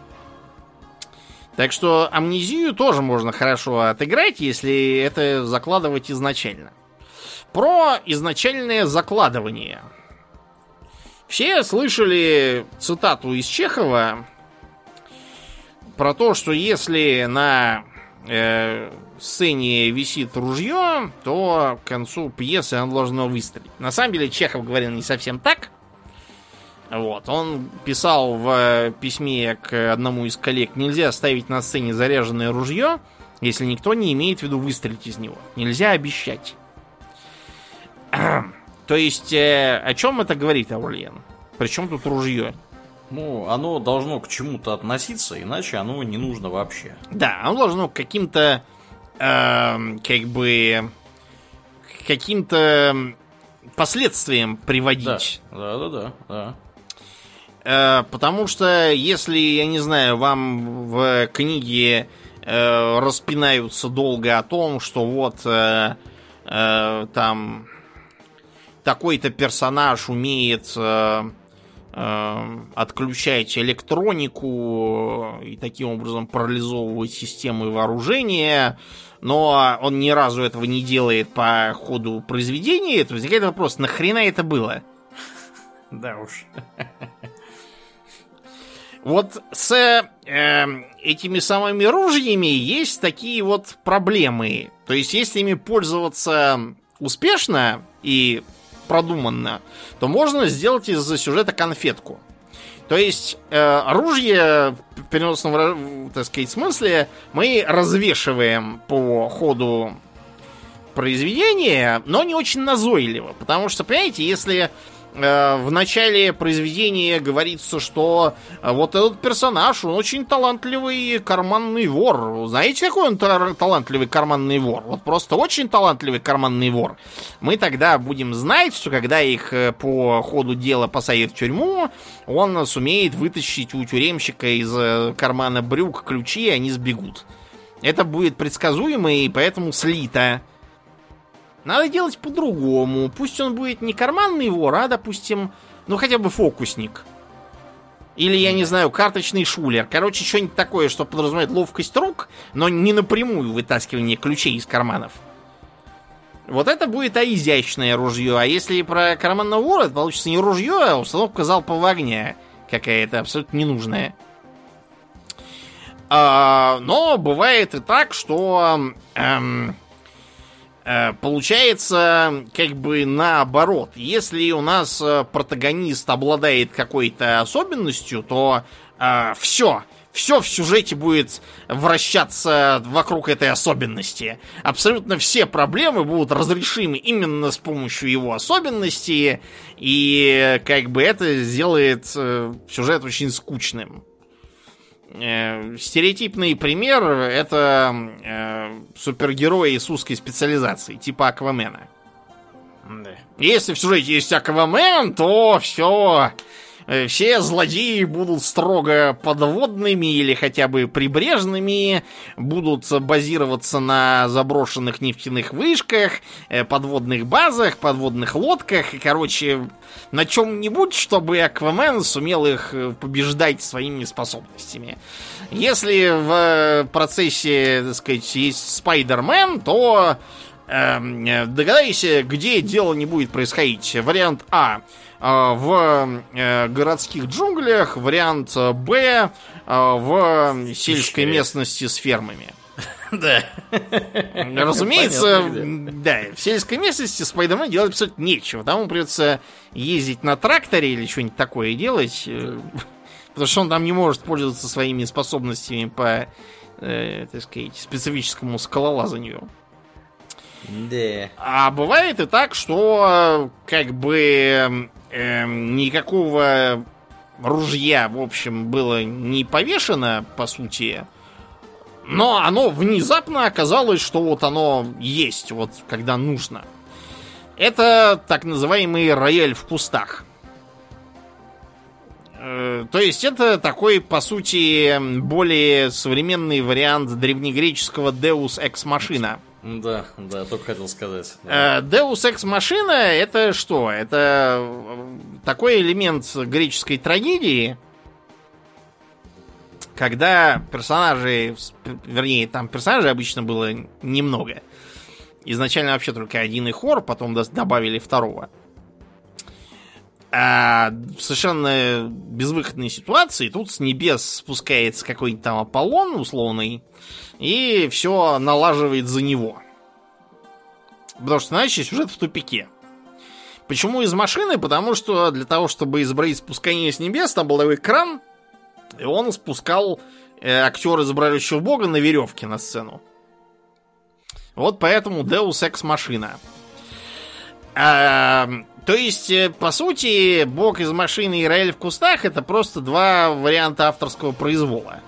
Так что амнезию тоже можно хорошо отыграть, если это закладывать изначально. Про изначальное закладывание. Все слышали цитату из Чехова про то, что если на э, сцене висит ружье, то к концу пьесы оно должно выстрелить. На самом деле Чехов говорил не совсем так. Вот, он писал в письме к одному из коллег: нельзя ставить на сцене заряженное ружье, если никто не имеет в виду выстрелить из него. Нельзя обещать. То есть, э, о чем это говорит Аурлиен? Причем тут ружье? Ну, оно должно к чему-то относиться, иначе оно не нужно вообще. Да, оно должно к каким-то, э, как бы, к каким-то последствиям приводить. Да, да, да, да. Э, потому что, если, я не знаю, вам в книге э, распинаются долго о том, что вот э, э, там такой-то персонаж умеет э, э, отключать электронику и таким образом парализовывать системы вооружения, но он ни разу этого не делает по ходу произведения, то возникает вопрос: нахрена это было? Да уж. Вот с э, этими самыми ружьями есть такие вот проблемы. То есть, если ими пользоваться успешно и продуманно, то можно сделать из сюжета конфетку. То есть, э, оружие в переносном, так сказать, смысле мы развешиваем по ходу произведения, но не очень назойливо. Потому что, понимаете, если э, в начале произведения говорится, что э, вот этот персонаж, он очень талантливый карманный вор. Знаете, какой он та- талантливый карманный вор? Вот просто очень талантливый карманный вор. Мы тогда будем знать, что когда их э, по ходу дела посадят в тюрьму, он сумеет вытащить у тюремщика из э, кармана брюк ключи, и они сбегут. Это будет предсказуемо и поэтому слито. Надо делать по-другому. Пусть он будет не карманный вор, а, допустим, ну хотя бы фокусник. Или, я не знаю, карточный шулер. Короче, что-нибудь такое, что подразумевает ловкость рук, но не напрямую вытаскивание ключей из карманов. Вот это будет а изящное ружье. А если про карманного вора, это получится не ружье, а установка залпового огня какая-то абсолютно ненужная. А, но бывает и так, что эм, э, получается как бы наоборот. Если у нас протагонист обладает какой-то особенностью, то э, все, все в сюжете будет вращаться вокруг этой особенности. Абсолютно все проблемы будут разрешимы именно с помощью его особенностей, и как бы это сделает э, сюжет очень скучным. Э, стереотипный пример — это э, супергерои с узкой специализацией, типа Аквамена. Да. Если в сюжете есть Аквамен, то все, все злодеи будут строго подводными или хотя бы прибрежными, будут базироваться на заброшенных нефтяных вышках, подводных базах, подводных лодках, и, короче, на чем-нибудь, чтобы Аквамен сумел их побеждать своими способностями. Если в процессе, так сказать, есть Спайдермен, то э, догадайся, где дело не будет происходить. Вариант А в э, городских джунглях, вариант Б в сельской местности с фермами. Да. Разумеется, да, в сельской местности Спайдермен делать абсолютно нечего. Там ему придется ездить на тракторе или что-нибудь такое делать, потому что он там не может пользоваться своими способностями по, э, так сказать, специфическому скалолазанию. Да. А бывает и так, что как бы э, никакого ружья, в общем, было не повешено, по сути, но оно внезапно оказалось, что вот оно есть, вот когда нужно. Это так называемый рояль в кустах. Э, то есть это такой, по сути, более современный вариант древнегреческого Deus Ex Machina. Да, да, только хотел сказать. Да. Deus Ex Machina это что? Это такой элемент греческой трагедии, когда персонажи, вернее, там персонажей обычно было немного. Изначально вообще только один Ихор, потом добавили второго. А в совершенно безвыходной ситуации тут с небес спускается какой-нибудь там Аполлон условный и все налаживает за него. Потому что иначе сюжет в тупике. Почему из машины? Потому что для того, чтобы изобразить спускание с небес, там был такой кран, и он спускал э, актера, изображающего бога, на веревке на сцену. Вот поэтому Deus Ex Machina. А, то есть, по сути, бог из машины и рояль в кустах — это просто два варианта авторского произвола,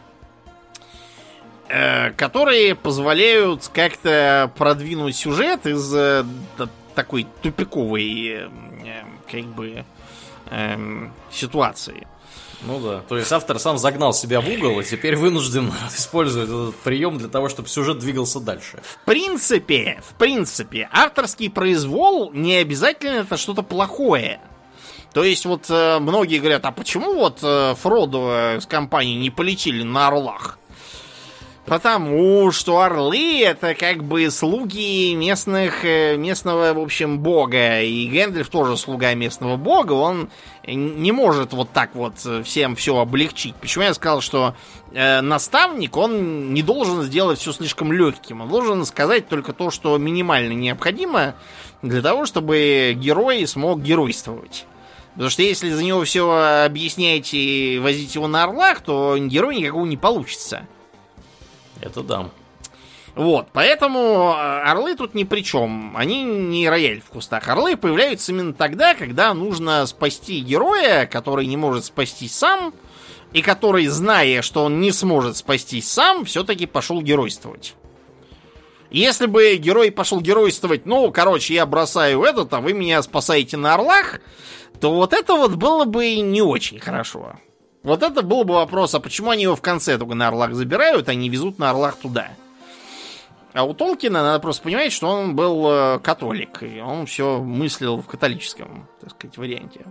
э, которые позволяют как-то продвинуть сюжет из э, такой тупиковой э, как бы э, ситуации. Ну да, то есть автор сам загнал себя в угол и теперь вынужден использовать этот прием для того, чтобы сюжет двигался дальше. В принципе, в принципе, авторский произвол не обязательно это что-то плохое. То есть вот э, многие говорят, а почему вот э, Фродо с компанией не полетели на орлах? Потому что орлы — это как бы слуги местных, местного, в общем, бога. И Гэндальф тоже слуга местного бога. Он не может вот так вот всем все облегчить. Почему я сказал, что э, наставник, он не должен сделать все слишком легким. Он должен сказать только то, что минимально необходимо для того, чтобы герой смог геройствовать. Потому что если за него все объясняете и возить его на орлах, то героя никакого не получится. Это да. Вот, поэтому орлы тут ни при чем. Они не рояль в кустах. Орлы появляются именно тогда, когда нужно спасти героя, который не может спастись сам, и который, зная, что он не сможет спастись сам, все-таки пошел геройствовать. Если бы герой пошел геройствовать, ну, короче, я бросаю этот, а вы меня спасаете на орлах, то вот это вот было бы не очень хорошо. Вот это был бы вопрос, а почему они его в конце только на орлах забирают, а не везут на орлах туда? А у Толкина надо просто понимать, что он был католик, и он все мыслил в католическом, так сказать, варианте.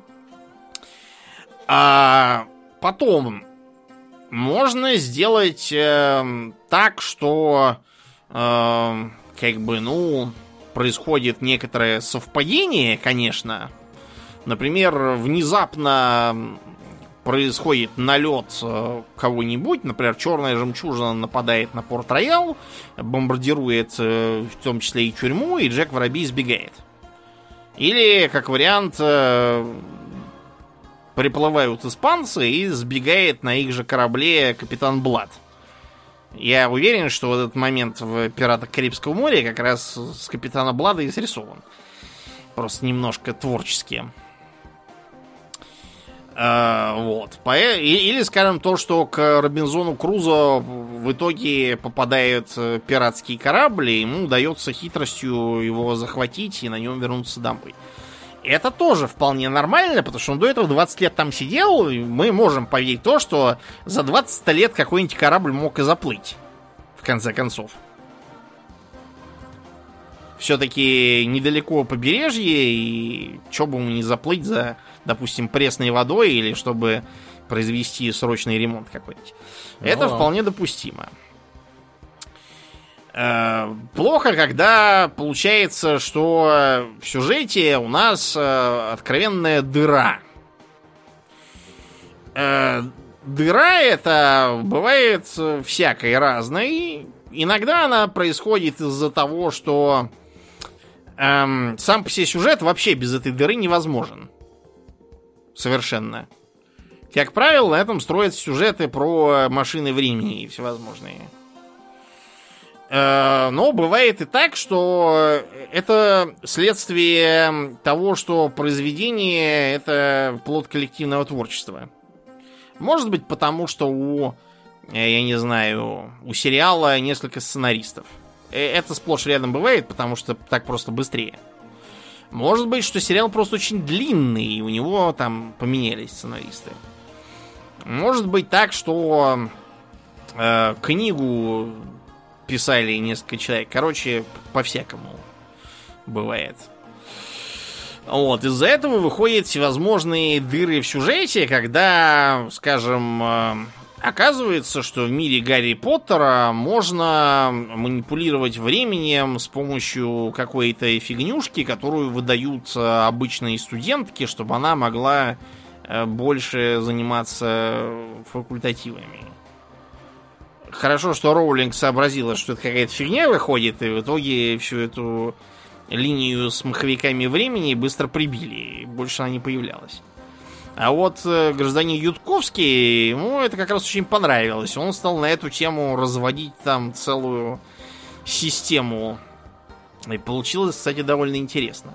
А потом можно сделать э, так, что э, как бы, ну, происходит некоторое совпадение, конечно. Например, внезапно происходит налет кого-нибудь, например, черная жемчужина нападает на Порт-Роял, бомбардирует в том числе и тюрьму, и Джек Воробей сбегает. Или, как вариант, приплывают испанцы и сбегает на их же корабле капитан Блад. Я уверен, что в этот момент в «Пиратах Карибского моря» как раз с капитана Блада и срисован. Просто немножко творчески. Uh, вот. Или, скажем, то, что к Робинзону Крузо в итоге попадает пиратский корабль, и ему удается хитростью его захватить и на нем вернуться домой. это тоже вполне нормально, потому что он до этого двадцать лет там сидел, и мы можем поверить в то, что за двадцать лет какой-нибудь корабль мог и заплыть, в конце концов. Все-таки недалеко побережье, и что бы ему не заплыть за, допустим, пресной водой, или чтобы произвести срочный ремонт какой-нибудь. Ну, это а. вполне допустимо. Плохо, когда получается, что в сюжете у нас откровенная дыра. Дыра эта бывает всякой разной. Иногда она происходит из-за того, что эм, сам по себе сюжет вообще без этой дыры невозможен. Совершенно. Как правило, на этом строятся сюжеты про машины времени и всевозможные. Но бывает и так, что это следствие того, что произведение — это плод коллективного творчества. Может быть, потому что у, я не знаю, у сериала несколько сценаристов. Это сплошь рядом бывает, потому что так просто быстрее. Может быть, что сериал просто очень длинный, и у него там поменялись сценаристы. Может быть так, что э, книгу писали несколько человек. Короче, по-всякому бывает. Вот, из-за этого выходят всевозможные дыры в сюжете, когда, скажем, оказывается, что в мире Гарри Поттера можно манипулировать временем с помощью какой-то фигнюшки, которую выдают обычные студентки, чтобы она могла больше заниматься факультативами. Хорошо, что Роулинг сообразила, что это какая-то фигня выходит, и в итоге всю эту линию с маховиками времени быстро прибили, и больше она не появлялась. А вот э, гражданин Ютковский, ему это как раз очень понравилось. Он стал на эту тему разводить там целую систему. И получилось, кстати, довольно интересно.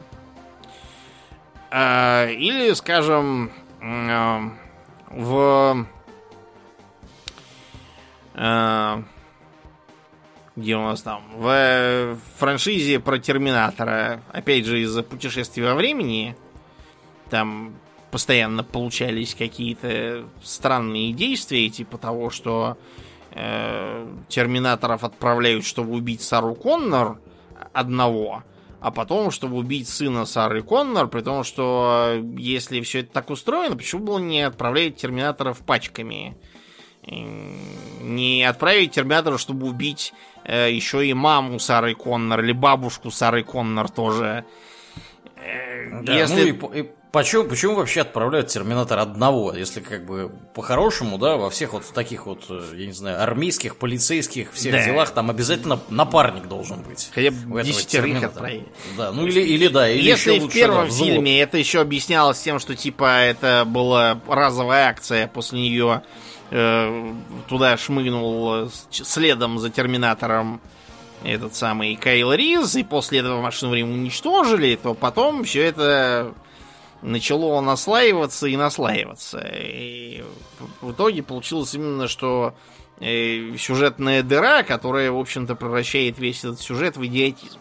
А, или, скажем, э, в... Э, где у нас там? В франшизе про Терминатора, опять же, из-за путешествия во времени, там постоянно получались какие-то странные действия, типа того, что э, Терминаторов отправляют, чтобы убить Сару Коннор одного, а потом, чтобы убить сына Сары Коннор, при том, что если все это так устроено, почему было не отправлять Терминаторов пачками? Не отправить Терминаторов, чтобы убить э, еще и маму Сары Коннор, или бабушку Сары Коннор тоже. Э, да, если... ну и, и почему, почему вообще отправляют Терминатора одного? Если как бы по-хорошему, да, во всех вот таких вот, я не знаю, армейских, полицейских, всех да. делах там обязательно напарник должен быть. Хотя бы десятерых отправить. Да, ну или, или да, или если еще в первом да, фильме это еще объяснялось тем, что типа это была разовая акция, после нее туда шмыгнул следом за Терминатором этот самый Кайл Риз, и после этого машину времени уничтожили, то потом все это начало наслаиваться и наслаиваться. И в итоге получилось именно, что сюжетная дыра, которая, в общем-то, превращает весь этот сюжет в идиотизм.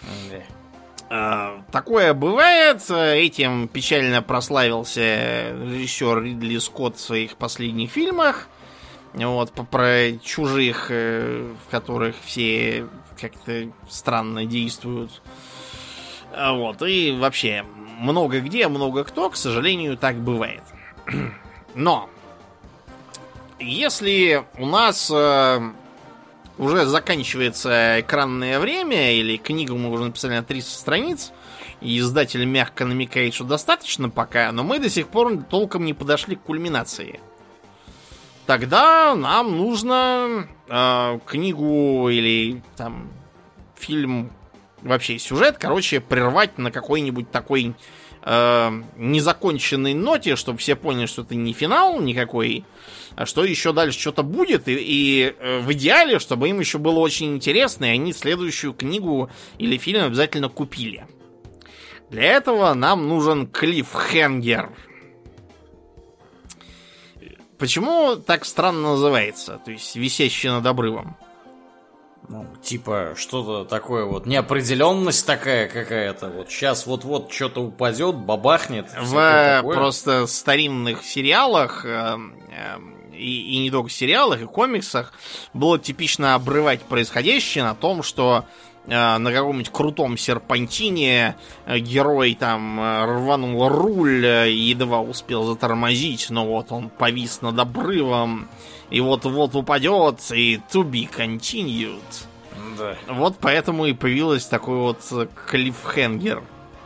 Такое бывает. Этим печально прославился режиссер Ридли Скотт в своих последних фильмах. Вот, про чужих, в которых все как-то странно действуют. Вот, и вообще, много где, много кто, к сожалению, так бывает. Но, если у нас уже заканчивается экранное время, или книгу мы уже написали на триста страниц, и издатель мягко намекает, что достаточно пока, но мы до сих пор толком не подошли к кульминации. Тогда нам нужно э, книгу или там фильм, вообще сюжет, короче, прервать на какой-нибудь такой э, незаконченной ноте, чтобы все поняли, что это не финал никакой, а что еще дальше что-то будет, и, и э, в идеале, чтобы им еще было очень интересно, и они следующую книгу или фильм обязательно купили. Для этого нам нужен клиффхенгер. Почему так странно называется? То есть висящий над обрывом. Ну, типа, что-то такое вот, неопределенность такая какая-то. Вот сейчас вот-вот что-то упадет, бабахнет. В просто старинных сериалах, э, э, и, и не только сериалах, и комиксах, было типично обрывать происходящее на том, что э, на каком-нибудь крутом серпантине э, герой там э, рванул руль, э, едва успел затормозить, но вот он повис над обрывом, и вот-вот упадет, и to be continued. Да. Вот поэтому и появился такой вот клиффхенгер.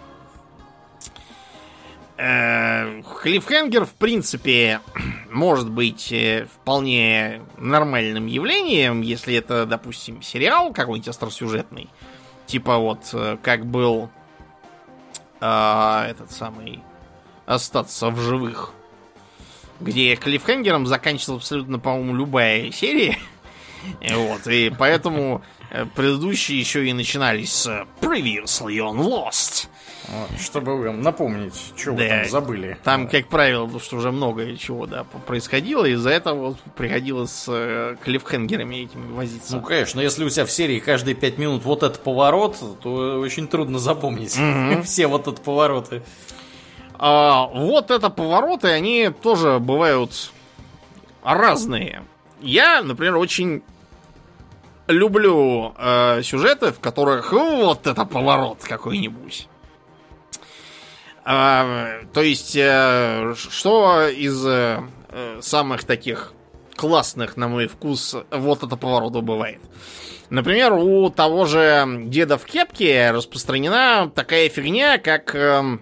Э, клиффхенгер, в принципе, может быть вполне нормальным явлением, если это, допустим, сериал какой-нибудь остросюжетный. Типа вот, как был э, этот самый «Остаться в живых», где клиффхенгером заканчивалась абсолютно, по-моему, любая серия. Вот, и поэтому предыдущие еще и начинались с Previously on Lost. Чтобы вам напомнить, что да, вы там забыли. Там, да. Как правило, потому что уже много чего, да, происходило, из-за этого вот приходилось с клиффхенгерами этими возиться. Ну, конечно, если у тебя в серии каждые пять минут вот этот поворот, то очень трудно запомнить mm-hmm. все вот эти повороты. А, вот это повороты, они тоже бывают разные. Я, например, очень люблю э, сюжеты, в которых вот это поворот какой-нибудь. А, то есть, э, что из э, самых таких классных, на мой вкус, вот это поворот бывает. Например, у того же Деда в кепке распространена такая фигня, как э,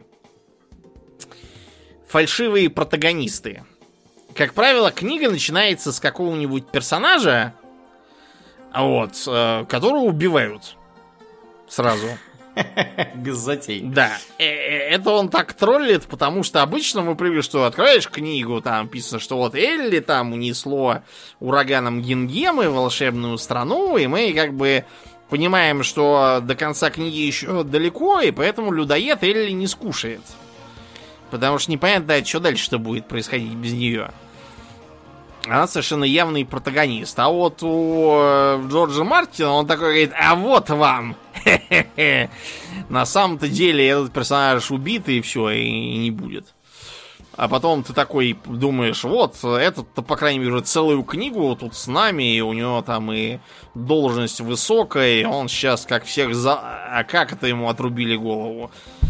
фальшивые протагонисты. Как правило, книга начинается с какого-нибудь персонажа, вот, э, которого убивают сразу. Без затей. Да. Это он так троллит, потому что обычно мы привыкли, что открываешь книгу, там написано, что вот Элли там унесло ураганом Гингемы в волшебную страну, и мы как бы понимаем, что до конца книги еще далеко, и поэтому людоед Элли не скушает. Потому что непонятно, что дальше-то будет происходить без нее. Она совершенно явный протагонист. А вот у Джорджа Мартина он такой говорит: а вот вам! На самом-то деле этот персонаж убит, и все, и не будет. А потом ты такой думаешь: вот, этот-то, по крайней мере, целую книгу тут с нами, и у него там и должность высокая, и он сейчас как всех за... А как это ему отрубили голову?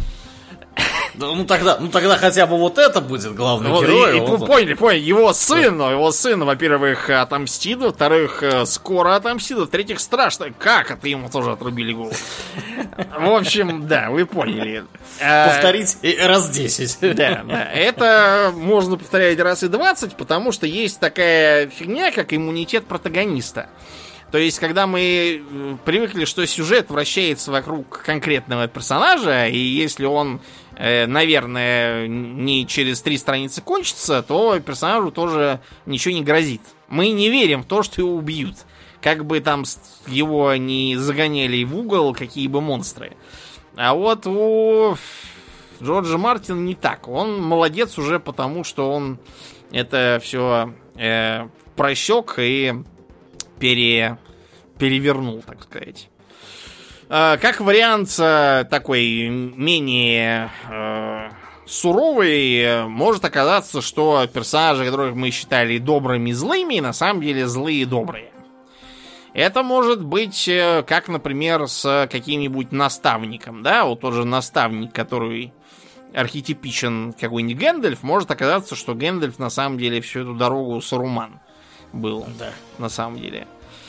Ну тогда, ну тогда хотя бы вот это будет главный вот, герой. И, и, вот поняли, поняли, его сын, его сын, во-первых, отомстит, во-вторых, скоро отомстит, в-третьих, страшно. Как это ему тоже отрубили голову? В общем, да, вы поняли. Повторить раз десять. Да, да. Это можно повторять раз и двадцать, потому что есть такая фигня, как иммунитет протагониста. То есть, когда мы привыкли, что сюжет вращается вокруг конкретного персонажа, и если он, э, наверное, не через три страницы кончится, то персонажу тоже ничего не грозит. Мы не верим в то, что его убьют. Как бы там его не загоняли в угол какие бы монстры. А вот у Джорджа Мартина не так. Он молодец уже потому, что он это все э, просек и пере... перевернул, так сказать. Э, как вариант э, такой менее э, суровый, может оказаться, что персонажи, которых мы считали добрыми и злыми, на самом деле злые и добрые. Это может быть, э, как, например, с каким-нибудь наставником, да, вот тот же наставник, который архетипичен какой-нибудь Гэндальф, может оказаться, что Гэндальф на самом деле всю эту дорогу Саруман был, да, на самом деле.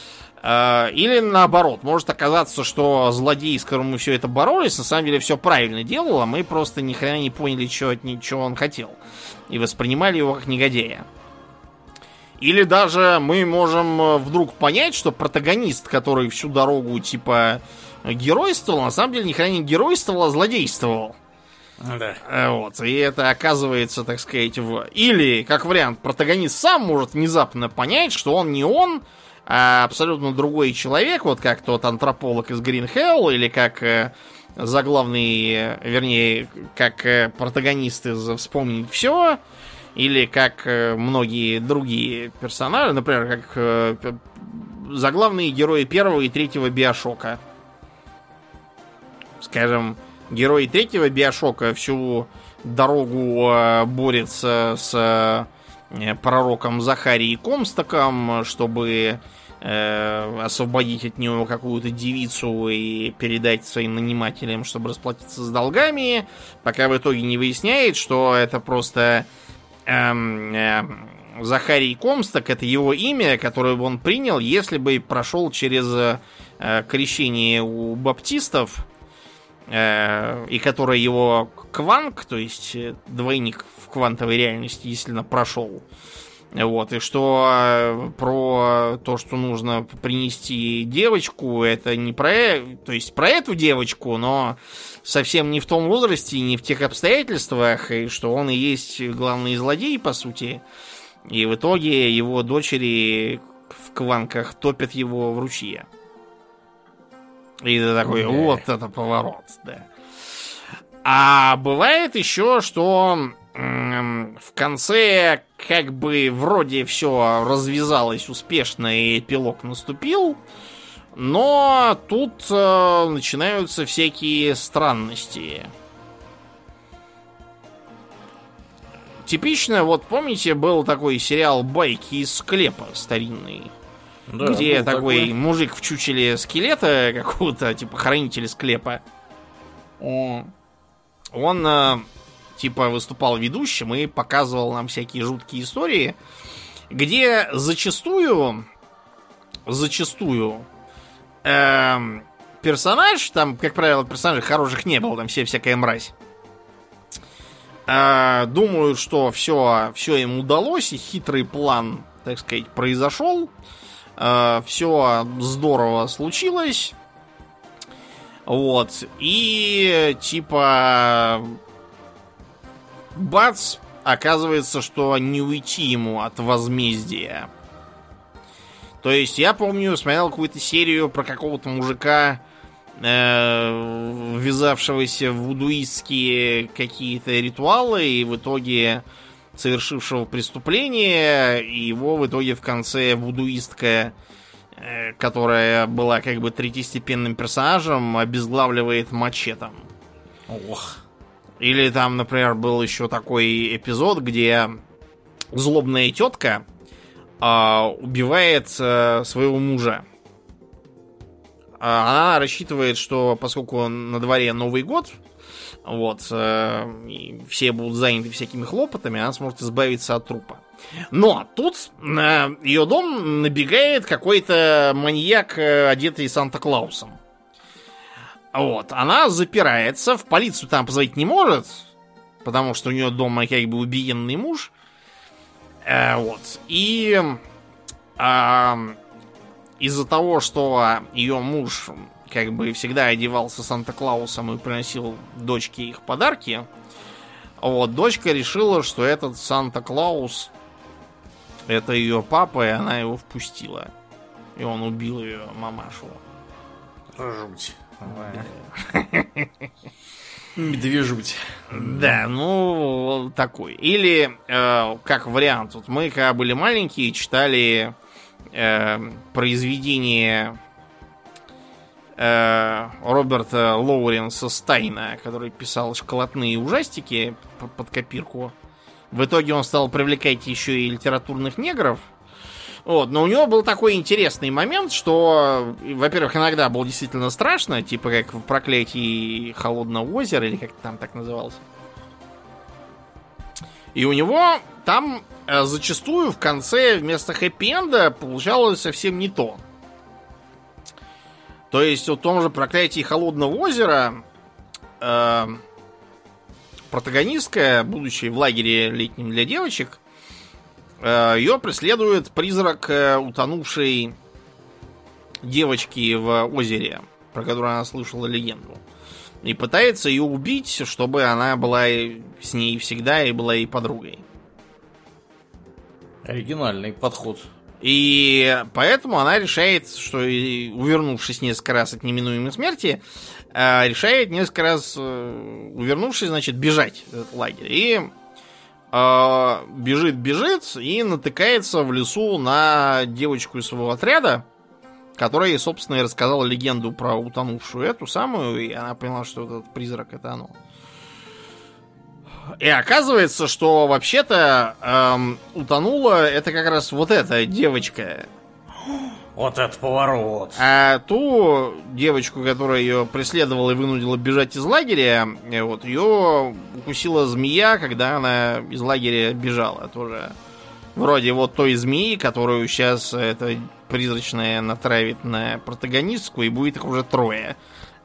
Или наоборот, может оказаться, что злодей, с которым мы все это боролись, на самом деле все правильно делал, а мы просто ни хрена не поняли, что от ничего он хотел. И воспринимали его как негодяя. Или даже мы можем вдруг понять, что протагонист, который всю дорогу типа геройствовал, на самом деле ни хрена не геройствовал, а злодействовал. Да. Вот, и это оказывается, так сказать, в... Или, как вариант, протагонист сам может внезапно понять, что он не он, а абсолютно другой человек, вот как тот антрополог из Green Hell, или как э, заглавный, э, вернее, как э, протагонист из «Вспомнить все», или как э, многие другие персонажи, например, как э, заглавные герои первого и третьего Биошока. Скажем, герои третьего Биошока всю дорогу э, борется с э, пророком Захарией Комстоком, чтобы э, освободить от него какую-то девицу и передать своим нанимателям, чтобы расплатиться с долгами, пока в итоге не выясняет, что это просто э, э, Захарий Комсток, это его имя, которое бы он принял, если бы прошел через э, крещение у баптистов, и который его кванг, то есть двойник в квантовой реальности, действительно прошел. Вот, и что про то, что нужно принести девочку, это не про, то есть про эту девочку, но совсем не в том возрасте, не в тех обстоятельствах, и что он и есть главный злодей, по сути. И в итоге его дочери в кванках топят его в ручье. И ты такой, да. Вот это поворот, да. А бывает еще, что м- в конце как бы вроде все развязалось успешно и эпилог наступил, но тут э, начинаются всякие странности. Типично, вот помните, был такой сериал «Байки из склепа» старинный. Да, где такой, такой мужик в чучеле скелета какого-то, типа хранителя склепа. Он, он типа выступал ведущим и показывал нам всякие жуткие истории, где зачастую, зачастую э, персонаж, там, как правило, персонажей хороших не было, там все всякая мразь. Э, думают, что все, все им удалось, и хитрый план, так сказать, произошел. Uh, все здорово случилось. Вот. И типа бац, оказывается, что не уйти ему от возмездия. То есть я помню, смотрел какую-то серию про какого-то мужика, э, ввязавшегося в вудуистские какие-то ритуалы, и в итоге совершившего преступление, и его в итоге в конце вудуистка, которая была как бы третьестепенным персонажем, обезглавливает мачетом. Ох. Или там, например, был еще такой эпизод, где злобная тетка э, убивает э, своего мужа. Она рассчитывает, что поскольку на дворе Новый год, вот, э, и все будут заняты всякими хлопотами, она сможет избавиться от трупа. Но тут на ее дом набегает какой-то маньяк, одетый Санта-Клаусом. Вот, она запирается, в полицию там позвонить не может, потому что у нее дома как бы убиенный муж. Э, вот, и э, из-за того, что ее муж как бы всегда одевался Санта-Клаусом и приносил дочке их подарки, вот, дочка решила, что этот Санта-Клаус это ее папа, и она его впустила. И он убил ее мамашу. Жуть. Медвежуть. Да, ну, такой. Или, э, как вариант, вот мы, когда были маленькие, читали э, произведение э, Роберта Лоуренса Стайна, который писал шоколадные ужастики под копирку. В итоге он стал привлекать еще и литературных негров. Вот, но у него был такой интересный момент, что, во-первых, иногда было действительно страшно, типа как в «Проклятии холодного озера», или как там так называлось. И у него там э, зачастую в конце вместо хэппи-энда получалось совсем не то. То есть в том же «Проклятии холодного озера» э, протагонистка, будучи в лагере летнем для девочек, ее преследует призрак утонувшей девочки в озере, про которую она слышала легенду. И пытается ее убить, чтобы она была с ней всегда и была ей подругой. Оригинальный подход. И поэтому она решает, что, увернувшись несколько раз от неминуемой смерти, решает несколько раз, увернувшись, значит, бежать в этот лагерь. И бежит-бежит и натыкается в лесу на девочку из своего отряда, который, собственно, и рассказал легенду про утонувшую эту самую, и она поняла, что этот призрак — это оно. И оказывается, что вообще-то эм, утонула это как раз вот эта девочка. Вот это поворот. А ту девочку, которая ее преследовала и вынудила бежать из лагеря, вот, ее укусила змея, когда она из лагеря бежала. Тоже вроде вот той змеи, которую сейчас эта призрачная натравит на протагонистку, и будет их уже трое.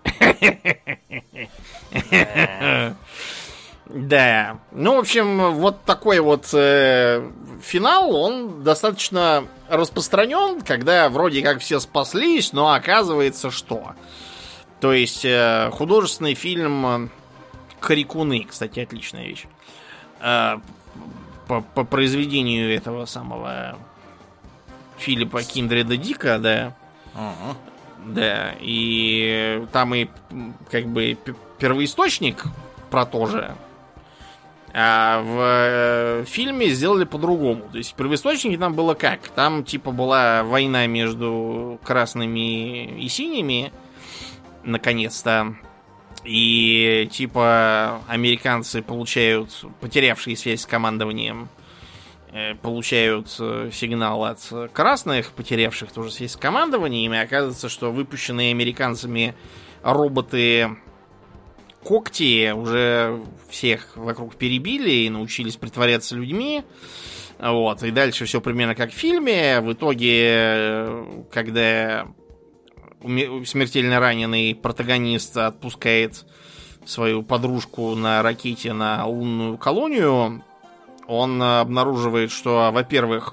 Да. Ну, в общем, вот такой вот э, финал, он достаточно распространен, когда вроде как все спаслись, но оказывается, что. То есть, э, художественный фильм «Крикуны», кстати, отличная вещь. Э, по, по произведению этого самого Филиппа Киндреда Дика, да. Uh-huh. Да, и там и как бы первоисточник про то же. А в фильме сделали по-другому. То есть в первоисточнике там было как? Там типа была война между красными и синими, наконец-то. И типа американцы получают, потерявшие связь с командованием, получают сигнал от красных, потерявших тоже связь с командованием. И оказывается, что выпущенные американцами роботы когти уже всех вокруг перебили и научились притворяться людьми. Вот. И дальше все примерно как в фильме. В итоге, когда смертельно раненый протагонист отпускает свою подружку на ракете на лунную колонию, он обнаруживает, что, во-первых,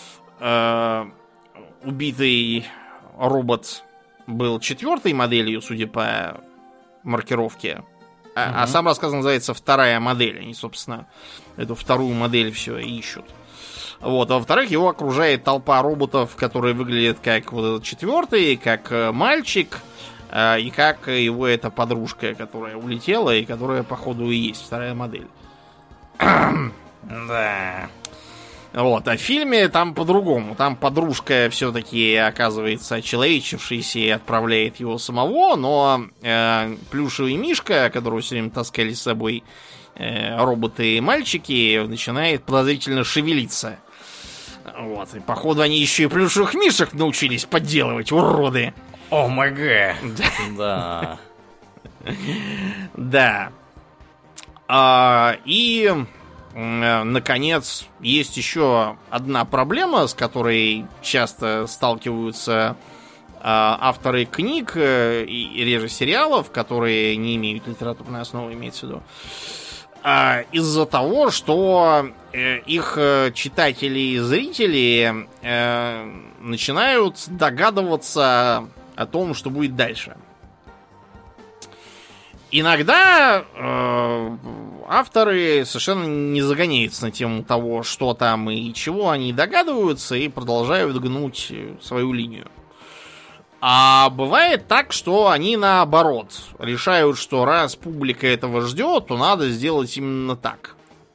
убитый робот был четвертой моделью, судя по маркировки. А, угу. а сам рассказ называется «Вторая модель». Они, собственно, эту вторую модель все ищут. Вот. А во-вторых, его окружает толпа роботов, которые выглядят как вот этот четвертый, как мальчик, и как его эта подружка, которая улетела, и которая, походу, и есть вторая модель. Да. Вот, а в фильме там по-другому. Там подружка все-таки оказывается очеловечившейся и отправляет его самого, но э, плюшевый мишка, которого все время таскали с собой э, роботы и мальчики, начинает подозрительно шевелиться. Вот, и походу они еще и плюшевых мишек научились подделывать, уроды. О май гад. Да. Да. И... наконец, есть еще одна проблема, с которой часто сталкиваются э, авторы книг э, и реже сериалов, которые не имеют литературной основы, имеется в виду. Э, из-за того, что э, их читатели и зрители э, начинают догадываться о том, что будет дальше. Иногда э, авторы совершенно не загоняются на тему того, что там и чего, они догадываются и продолжают гнуть свою линию. А бывает так, что они наоборот решают, что раз публика этого ждет, то надо сделать именно так.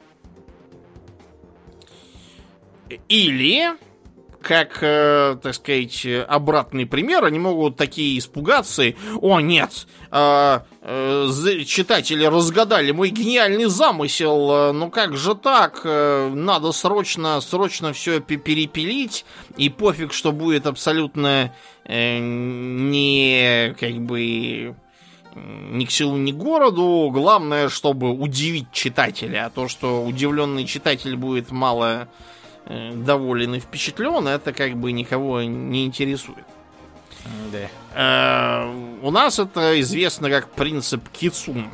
Или, как, э, так сказать, обратный пример, они могут такие испугаться и: о, нет, э, э, читатели разгадали мой гениальный замысел, э, ну как же так, э, надо срочно, срочно все перепилить, и пофиг, что будет абсолютно э, не, как бы, ни к селу, ни к городу, главное, чтобы удивить читателя, а то, что удивленный читатель будет мало доволен и впечатлен, это как бы никого не интересует. Да. Э, у нас это известно как принцип Кицун.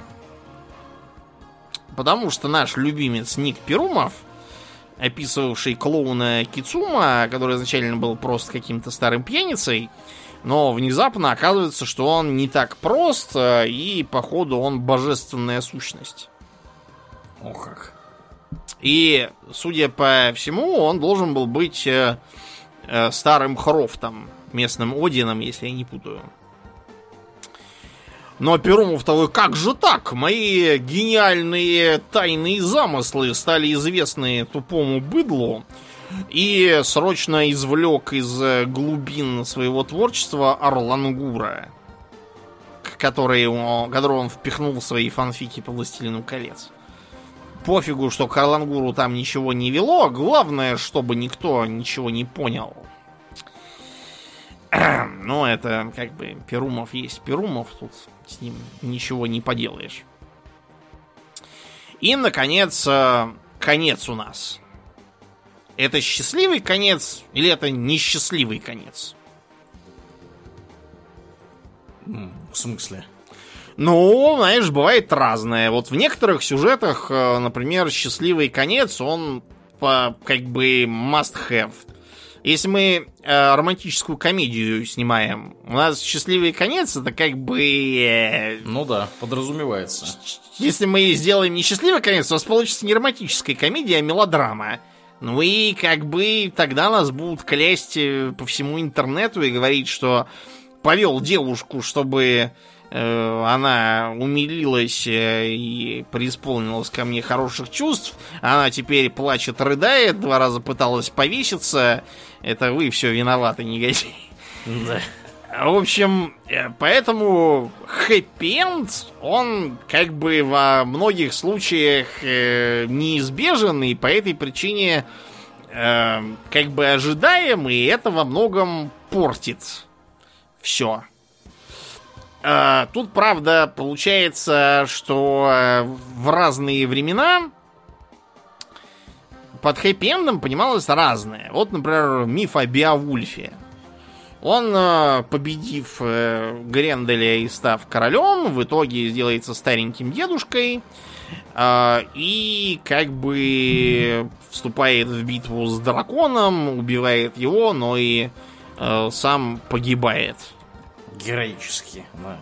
Потому что наш любимец Ник Перумов, описывавший клоуна Кицума, который изначально был просто каким-то старым пьяницей, но внезапно оказывается, что он не так прост, и, походу, он божественная сущность. Ох как. И, судя по всему, он должен был быть э, э, старым Хрофтом, местным Одином, если я не путаю. Но Перумов такой: как же так? Мои гениальные тайные замыслы стали известны тупому быдлу. И срочно извлек из глубин своего творчества Орлангура, который, который он впихнул в свои фанфики по «Властелину колец». Пофигу, что к Орлангуру там ничего не вело, главное, чтобы никто ничего не понял. Ну, это как бы Перумов есть Перумов, тут с ним ничего не поделаешь. И, наконец, конец у нас. Это счастливый конец или это несчастливый конец? В смысле? Ну, знаешь, бывает разное. Вот в некоторых сюжетах, например, счастливый конец, он по, как бы must have. Если мы э, романтическую комедию снимаем, у нас счастливый конец, это как бы... Э, ну да, подразумевается. Если мы сделаем несчастливый конец, у нас получится не романтическая комедия, а мелодрама. Ну и как бы тогда нас будут клясть по всему интернету и говорить, что повел девушку, чтобы э, она умилилась и преисполнилась ко мне хороших чувств. Она теперь плачет, рыдает, два раза пыталась повеситься. Это вы все виноваты, негодяи. Да. В общем, поэтому хэппи-энд, он как бы во многих случаях э, неизбежен, и по этой причине э, как бы ожидаем, и это во многом портит все. Э, тут, правда, получается, что в разные времена под хэппи-эндом понималось разное. Вот, например, миф о Беовульфе. Он, победив Гренделя и став королем, в итоге сделается стареньким дедушкой и как бы вступает в битву с драконом, убивает его, но и сам погибает. Героически, да.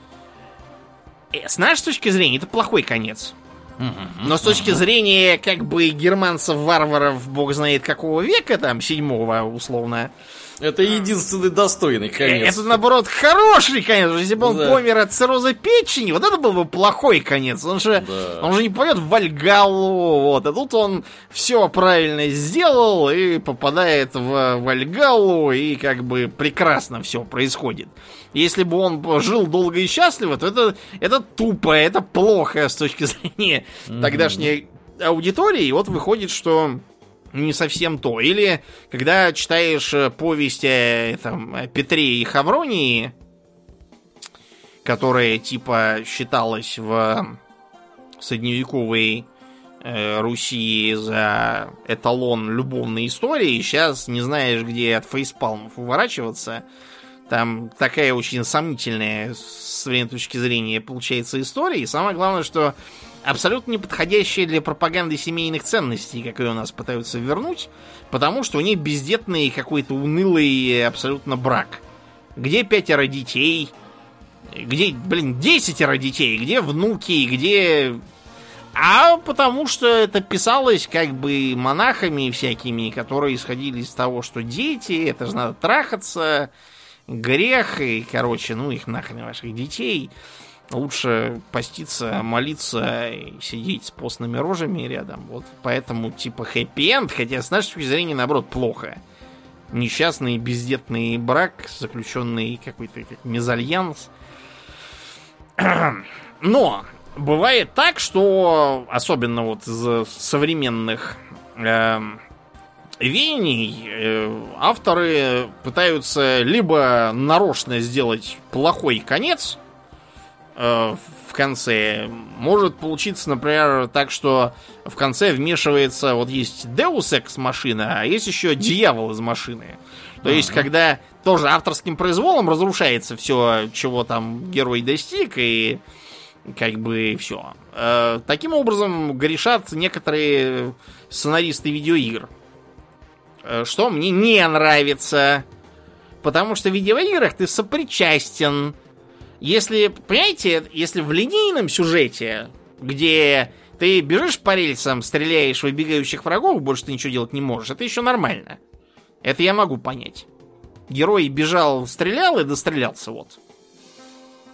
С нашей точки зрения, это плохой конец. Но с точки зрения как бы германцев-варваров, бог знает какого века, там, седьмого условно, это единственный достойный конец. Это, наоборот, хороший конец. Если бы он да. помер от цирроза печени, вот это был бы плохой конец. Он же, да. он же не пойдет в Вальгаллу. Вот. А тут он все правильно сделал и попадает в Вальгаллу, и как бы прекрасно все происходит. Если бы он жил долго и счастливо, то это, это тупо, это плохо с точки зрения mm-hmm. тогдашней аудитории. И вот выходит, что не совсем то. Или когда читаешь повесть о, там, о Петре и Хавронии, которая типа считалась в средневековой э, Руси за эталон любовной истории, сейчас не знаешь, где от фейспалмов уворачиваться. Там такая очень сомнительная с своей точки зрения получается история. И самое главное, что абсолютно неподходящая для пропаганды семейных ценностей, как ее у нас пытаются вернуть, потому что у них бездетный какой-то унылый абсолютно брак. Где пятеро детей, где, блин, десятеро детей, где внуки, где... А потому что это писалось как бы монахами всякими, которые исходили из того, что дети, это же надо трахаться, грех, и, короче, ну их нахрен ваших детей. Лучше поститься, молиться и сидеть с постными рожами рядом. Вот поэтому типа хэппи-энд, хотя с нашей точки зрения, наоборот, плохо. Несчастный бездетный брак, заключенный какой-то как мезальянс. Но бывает так, что особенно вот из современных э, веяний э, авторы пытаются либо нарочно сделать плохой конец в конце. Может получиться, например, так, что в конце вмешивается, вот есть Deus Ex машина, а есть еще дьявол из машины. То есть, uh-huh. когда тоже авторским произволом разрушается все, чего там герой достиг, и как бы все. Таким образом грешат некоторые сценаристы видеоигр. Что мне не нравится. Потому что в видеоиграх ты сопричастен. Если, понимаете, если в линейном сюжете, где ты бежишь по рельсам, стреляешь в выбегающих врагов, больше ты ничего делать не можешь, это еще нормально. Это я могу понять. Герой бежал, стрелял и дострелялся, вот.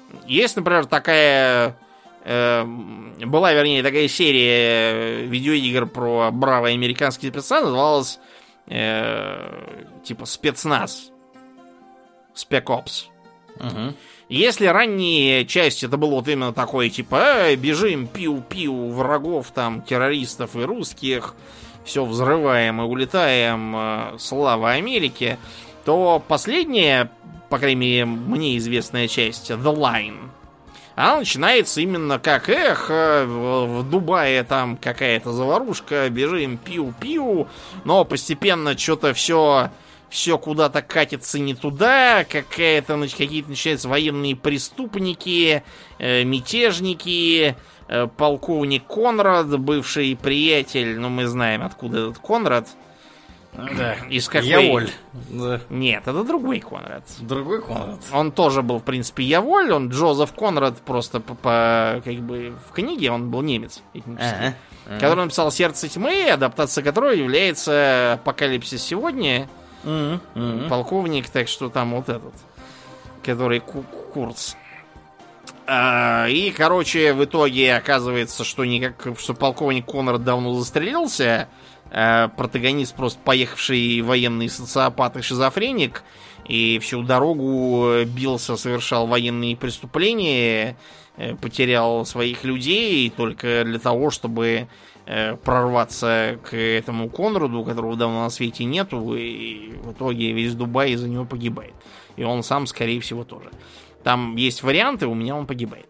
Есть, например, такая... Э, была, вернее, такая серия видеоигр про бравый американский спецназ, называлась э, типа спецназ. Spec Ops. Угу. Если ранние части это было вот именно такое, типа, э, бежим, пиу-пиу, врагов, там, террористов и русских, все взрываем и улетаем, э, слава Америке, то последняя, по крайней мере, мне известная часть, The Line, она начинается именно как, эх, э, в, в Дубае там какая-то заварушка, бежим, пиу-пиу, но постепенно что-то все... Все куда-то катится не туда, какая-то, какие-то начинаются военные преступники, э, мятежники, э, полковник Конрад, бывший приятель, ну мы знаем, откуда этот Конрад. Да, из какой... Яволь. Да. Нет, это другой Конрад. Другой Конрад. Он тоже был, в принципе, Яволь, он Джозеф Конрад, просто по, по как бы в книге он был немец этнический, Ага, ага. который написал «Сердце тьмы», адаптация которого является «Апокалипсис сегодня». Mm-hmm. Mm-hmm. Полковник, так что там вот этот, который ку- Курц. А, и, короче, в итоге оказывается, что никак, что полковник Конрад давно застрелился, а протагонист просто поехавший военный социопат и шизофреник, и всю дорогу бился, совершал военные преступления, потерял своих людей только для того, чтобы прорваться к этому Конраду, которого давно на свете нету, и в итоге весь Дубай из-за него погибает. И он сам, скорее всего, тоже. Там есть варианты, у меня он погибает.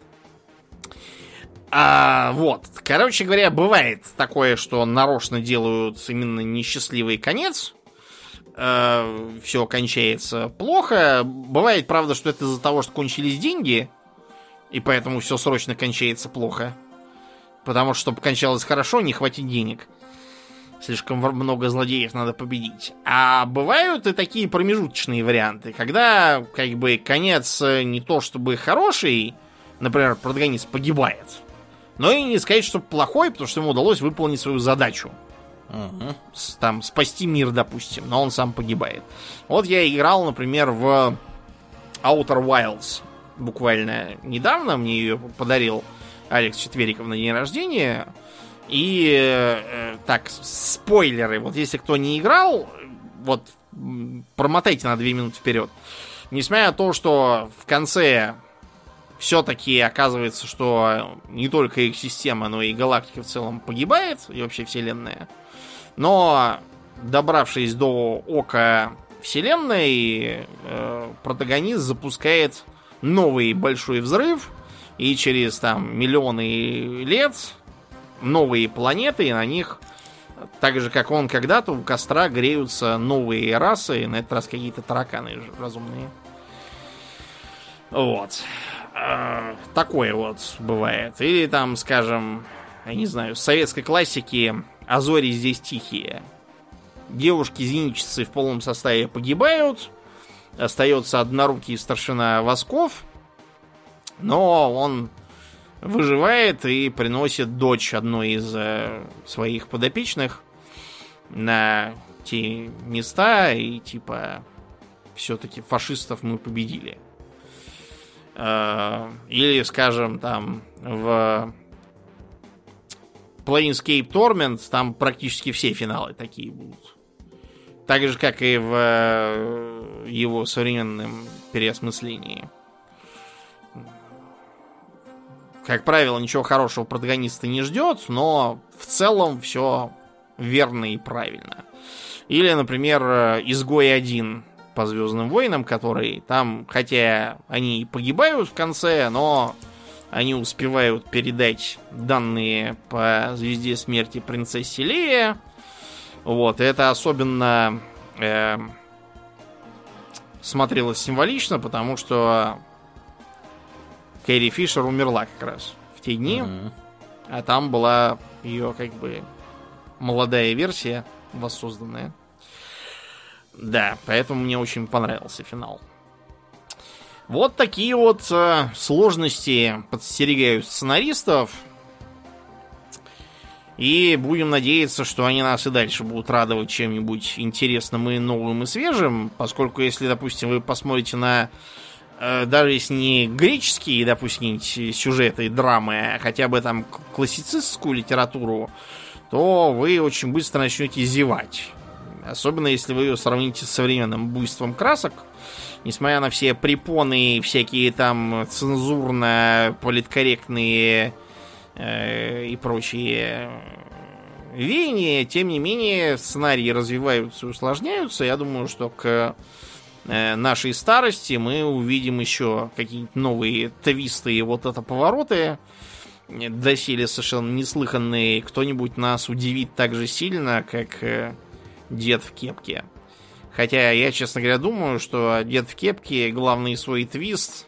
А, вот. Короче говоря, бывает такое, что нарочно делают именно несчастливый конец. А, все кончается плохо. Бывает, правда, что это из-за того, что кончились деньги, и поэтому все срочно кончается плохо. Потому что, чтобы кончалось хорошо, не хватит денег. Слишком много злодеев надо победить. А бывают и такие промежуточные варианты, когда, как бы, конец не то чтобы хороший, например, протагонист погибает, но и не сказать, что плохой, потому что ему удалось выполнить свою задачу. Uh-huh. С, там, спасти мир, допустим, но он сам погибает. Вот я играл, например, в Outer Wilds буквально недавно, мне ее подарил Алекс Четвериков на день рождения. И э, так, спойлеры. Вот если кто не играл, вот промотайте на две минуты вперед. Несмотря на то, что в конце все-таки оказывается, что не только их система, но и галактика в целом погибает, и вообще вселенная. Но, добравшись до ока вселенной, э, протагонист запускает новый большой взрыв, и через там миллионы лет новые планеты, и на них, так же как он когда-то, у костра греются новые расы, на этот раз какие-то тараканы разумные. Вот. Такое вот бывает. Или там, скажем, я не знаю, с советской классики «А зори здесь тихие». Девушки-зенитчицы в полном составе погибают, остается однорукий старшина Восков, но он выживает и приносит дочь одной из э, своих подопечных на те места, и типа все-таки фашистов мы победили. Э, или, скажем, там в Planescape Torment там практически все финалы такие будут. Так же, как и в э, его современном переосмыслении. Как правило, ничего хорошего протагониста не ждет, но в целом все верно и правильно. Или, например, Изгой один по Звездным войнам, который там, хотя они погибают в конце, но они успевают передать данные по Звезде Смерти принцессе Лее. Вот, и это особенно э, смотрелось символично, потому что Кэрри Фишер умерла как раз в те дни, mm-hmm. а там была ее как бы молодая версия воссозданная. Да, поэтому мне очень понравился финал. Вот такие вот э, сложности подстерегают сценаристов. И будем надеяться, что они нас и дальше будут радовать чем-нибудь интересным и новым и свежим, поскольку если, допустим, вы посмотрите на даже если не греческие, допустим, сюжеты и драмы, а хотя бы там классицистскую литературу, то вы очень быстро начнете зевать. Особенно если вы ее сравните с современным буйством красок. Несмотря на все препоны и всякие там цензурно-политкорректные э, и прочие веяния, тем не менее сценарии развиваются и усложняются. Я думаю, что к э, нашей старости мы увидим еще какие-нибудь новые твисты и вот это повороты, доселе совершенно неслыханные. Кто-нибудь нас удивит так же сильно, как э, дед в кепке. Хотя я, честно говоря, думаю, что дед в кепке главный свой твист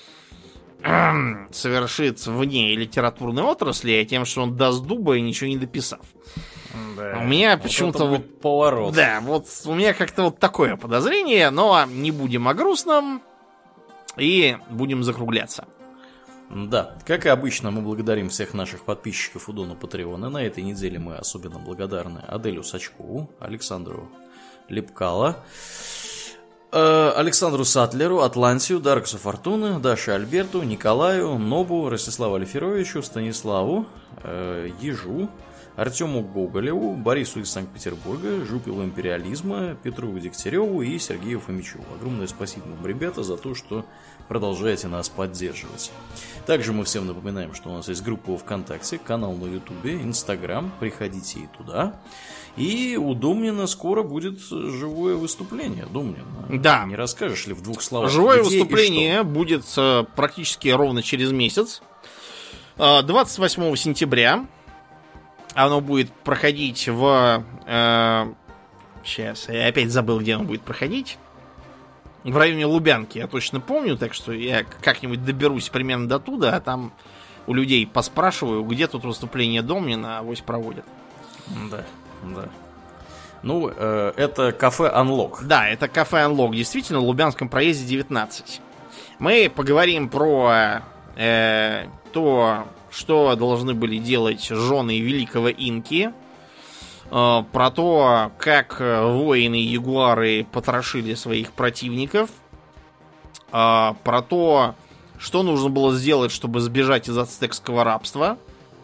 совершит вне литературной отрасли, тем, что он даст дуба и ничего не дописав. Да. У меня вот почему-то вот поворот. Да, вот у меня как-то вот такое подозрение, но не будем о грустном и будем закругляться. Да, как и обычно, мы благодарим всех наших подписчиков у Дона Патреона. На этой неделе мы особенно благодарны Аделю Сачкову, Александру Лепкало, э, Александру Сатлеру, Атлантию, Дарксу Фортуны, Даше Альберту, Николаю, Нобу, Ростиславу Алиферовичу, Станиславу, э, Ежу, Артему Гоголеву, Борису из Санкт-Петербурга, Жупилу Империализма, Петру Дегтяреву и Сергею Фомичеву. Огромное спасибо вам, ребята, за то, что продолжаете нас поддерживать. Также мы всем напоминаем, что у нас есть группа ВКонтакте, канал на Ютубе, Инстаграм. Приходите и туда. И у Домнина скоро будет живое выступление. Домнин, да. Не расскажешь ли в двух словах? Живое выступление будет практически ровно через месяц. двадцать восьмого сентября. Оно будет проходить в... Э, сейчас, я опять забыл, где оно будет проходить. В районе Лубянки, я точно помню, так что я как-нибудь доберусь примерно до туда, а там у людей поспрашиваю, где тут выступление Домнина, авось проводят. Да, да. Ну, э, это кафе Unlock. Да, это кафе Unlock, действительно, в Лубянском проезде девятнадцать. Мы поговорим про э, то... что должны были делать жены великого инки, про то, как воины-ягуары потрошили своих противников, про то, что нужно было сделать, чтобы сбежать из ацтекского рабства,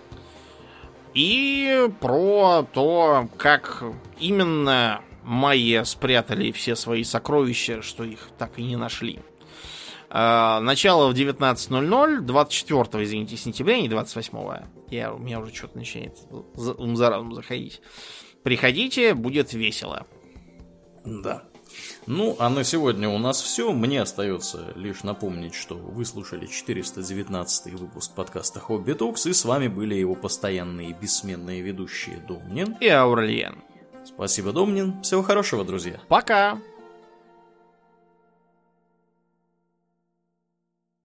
и про то, как именно майя спрятали все свои сокровища, что их так и не нашли. Начало в девятнадцать ноль ноль, двадцать четвёртого, извините, сентября, не двадцать восьмого. Я, у меня уже что-то начинает ум за разум заходить. Приходите, будет весело. Да. Ну, а на сегодня у нас все. Мне остается лишь напомнить, что вы слушали четыреста девятнадцатый выпуск подкаста Хобби Токс, и с вами были его постоянные и бессменные ведущие Домнин и Аурельен. Спасибо, Домнин. Всего хорошего, друзья. Пока!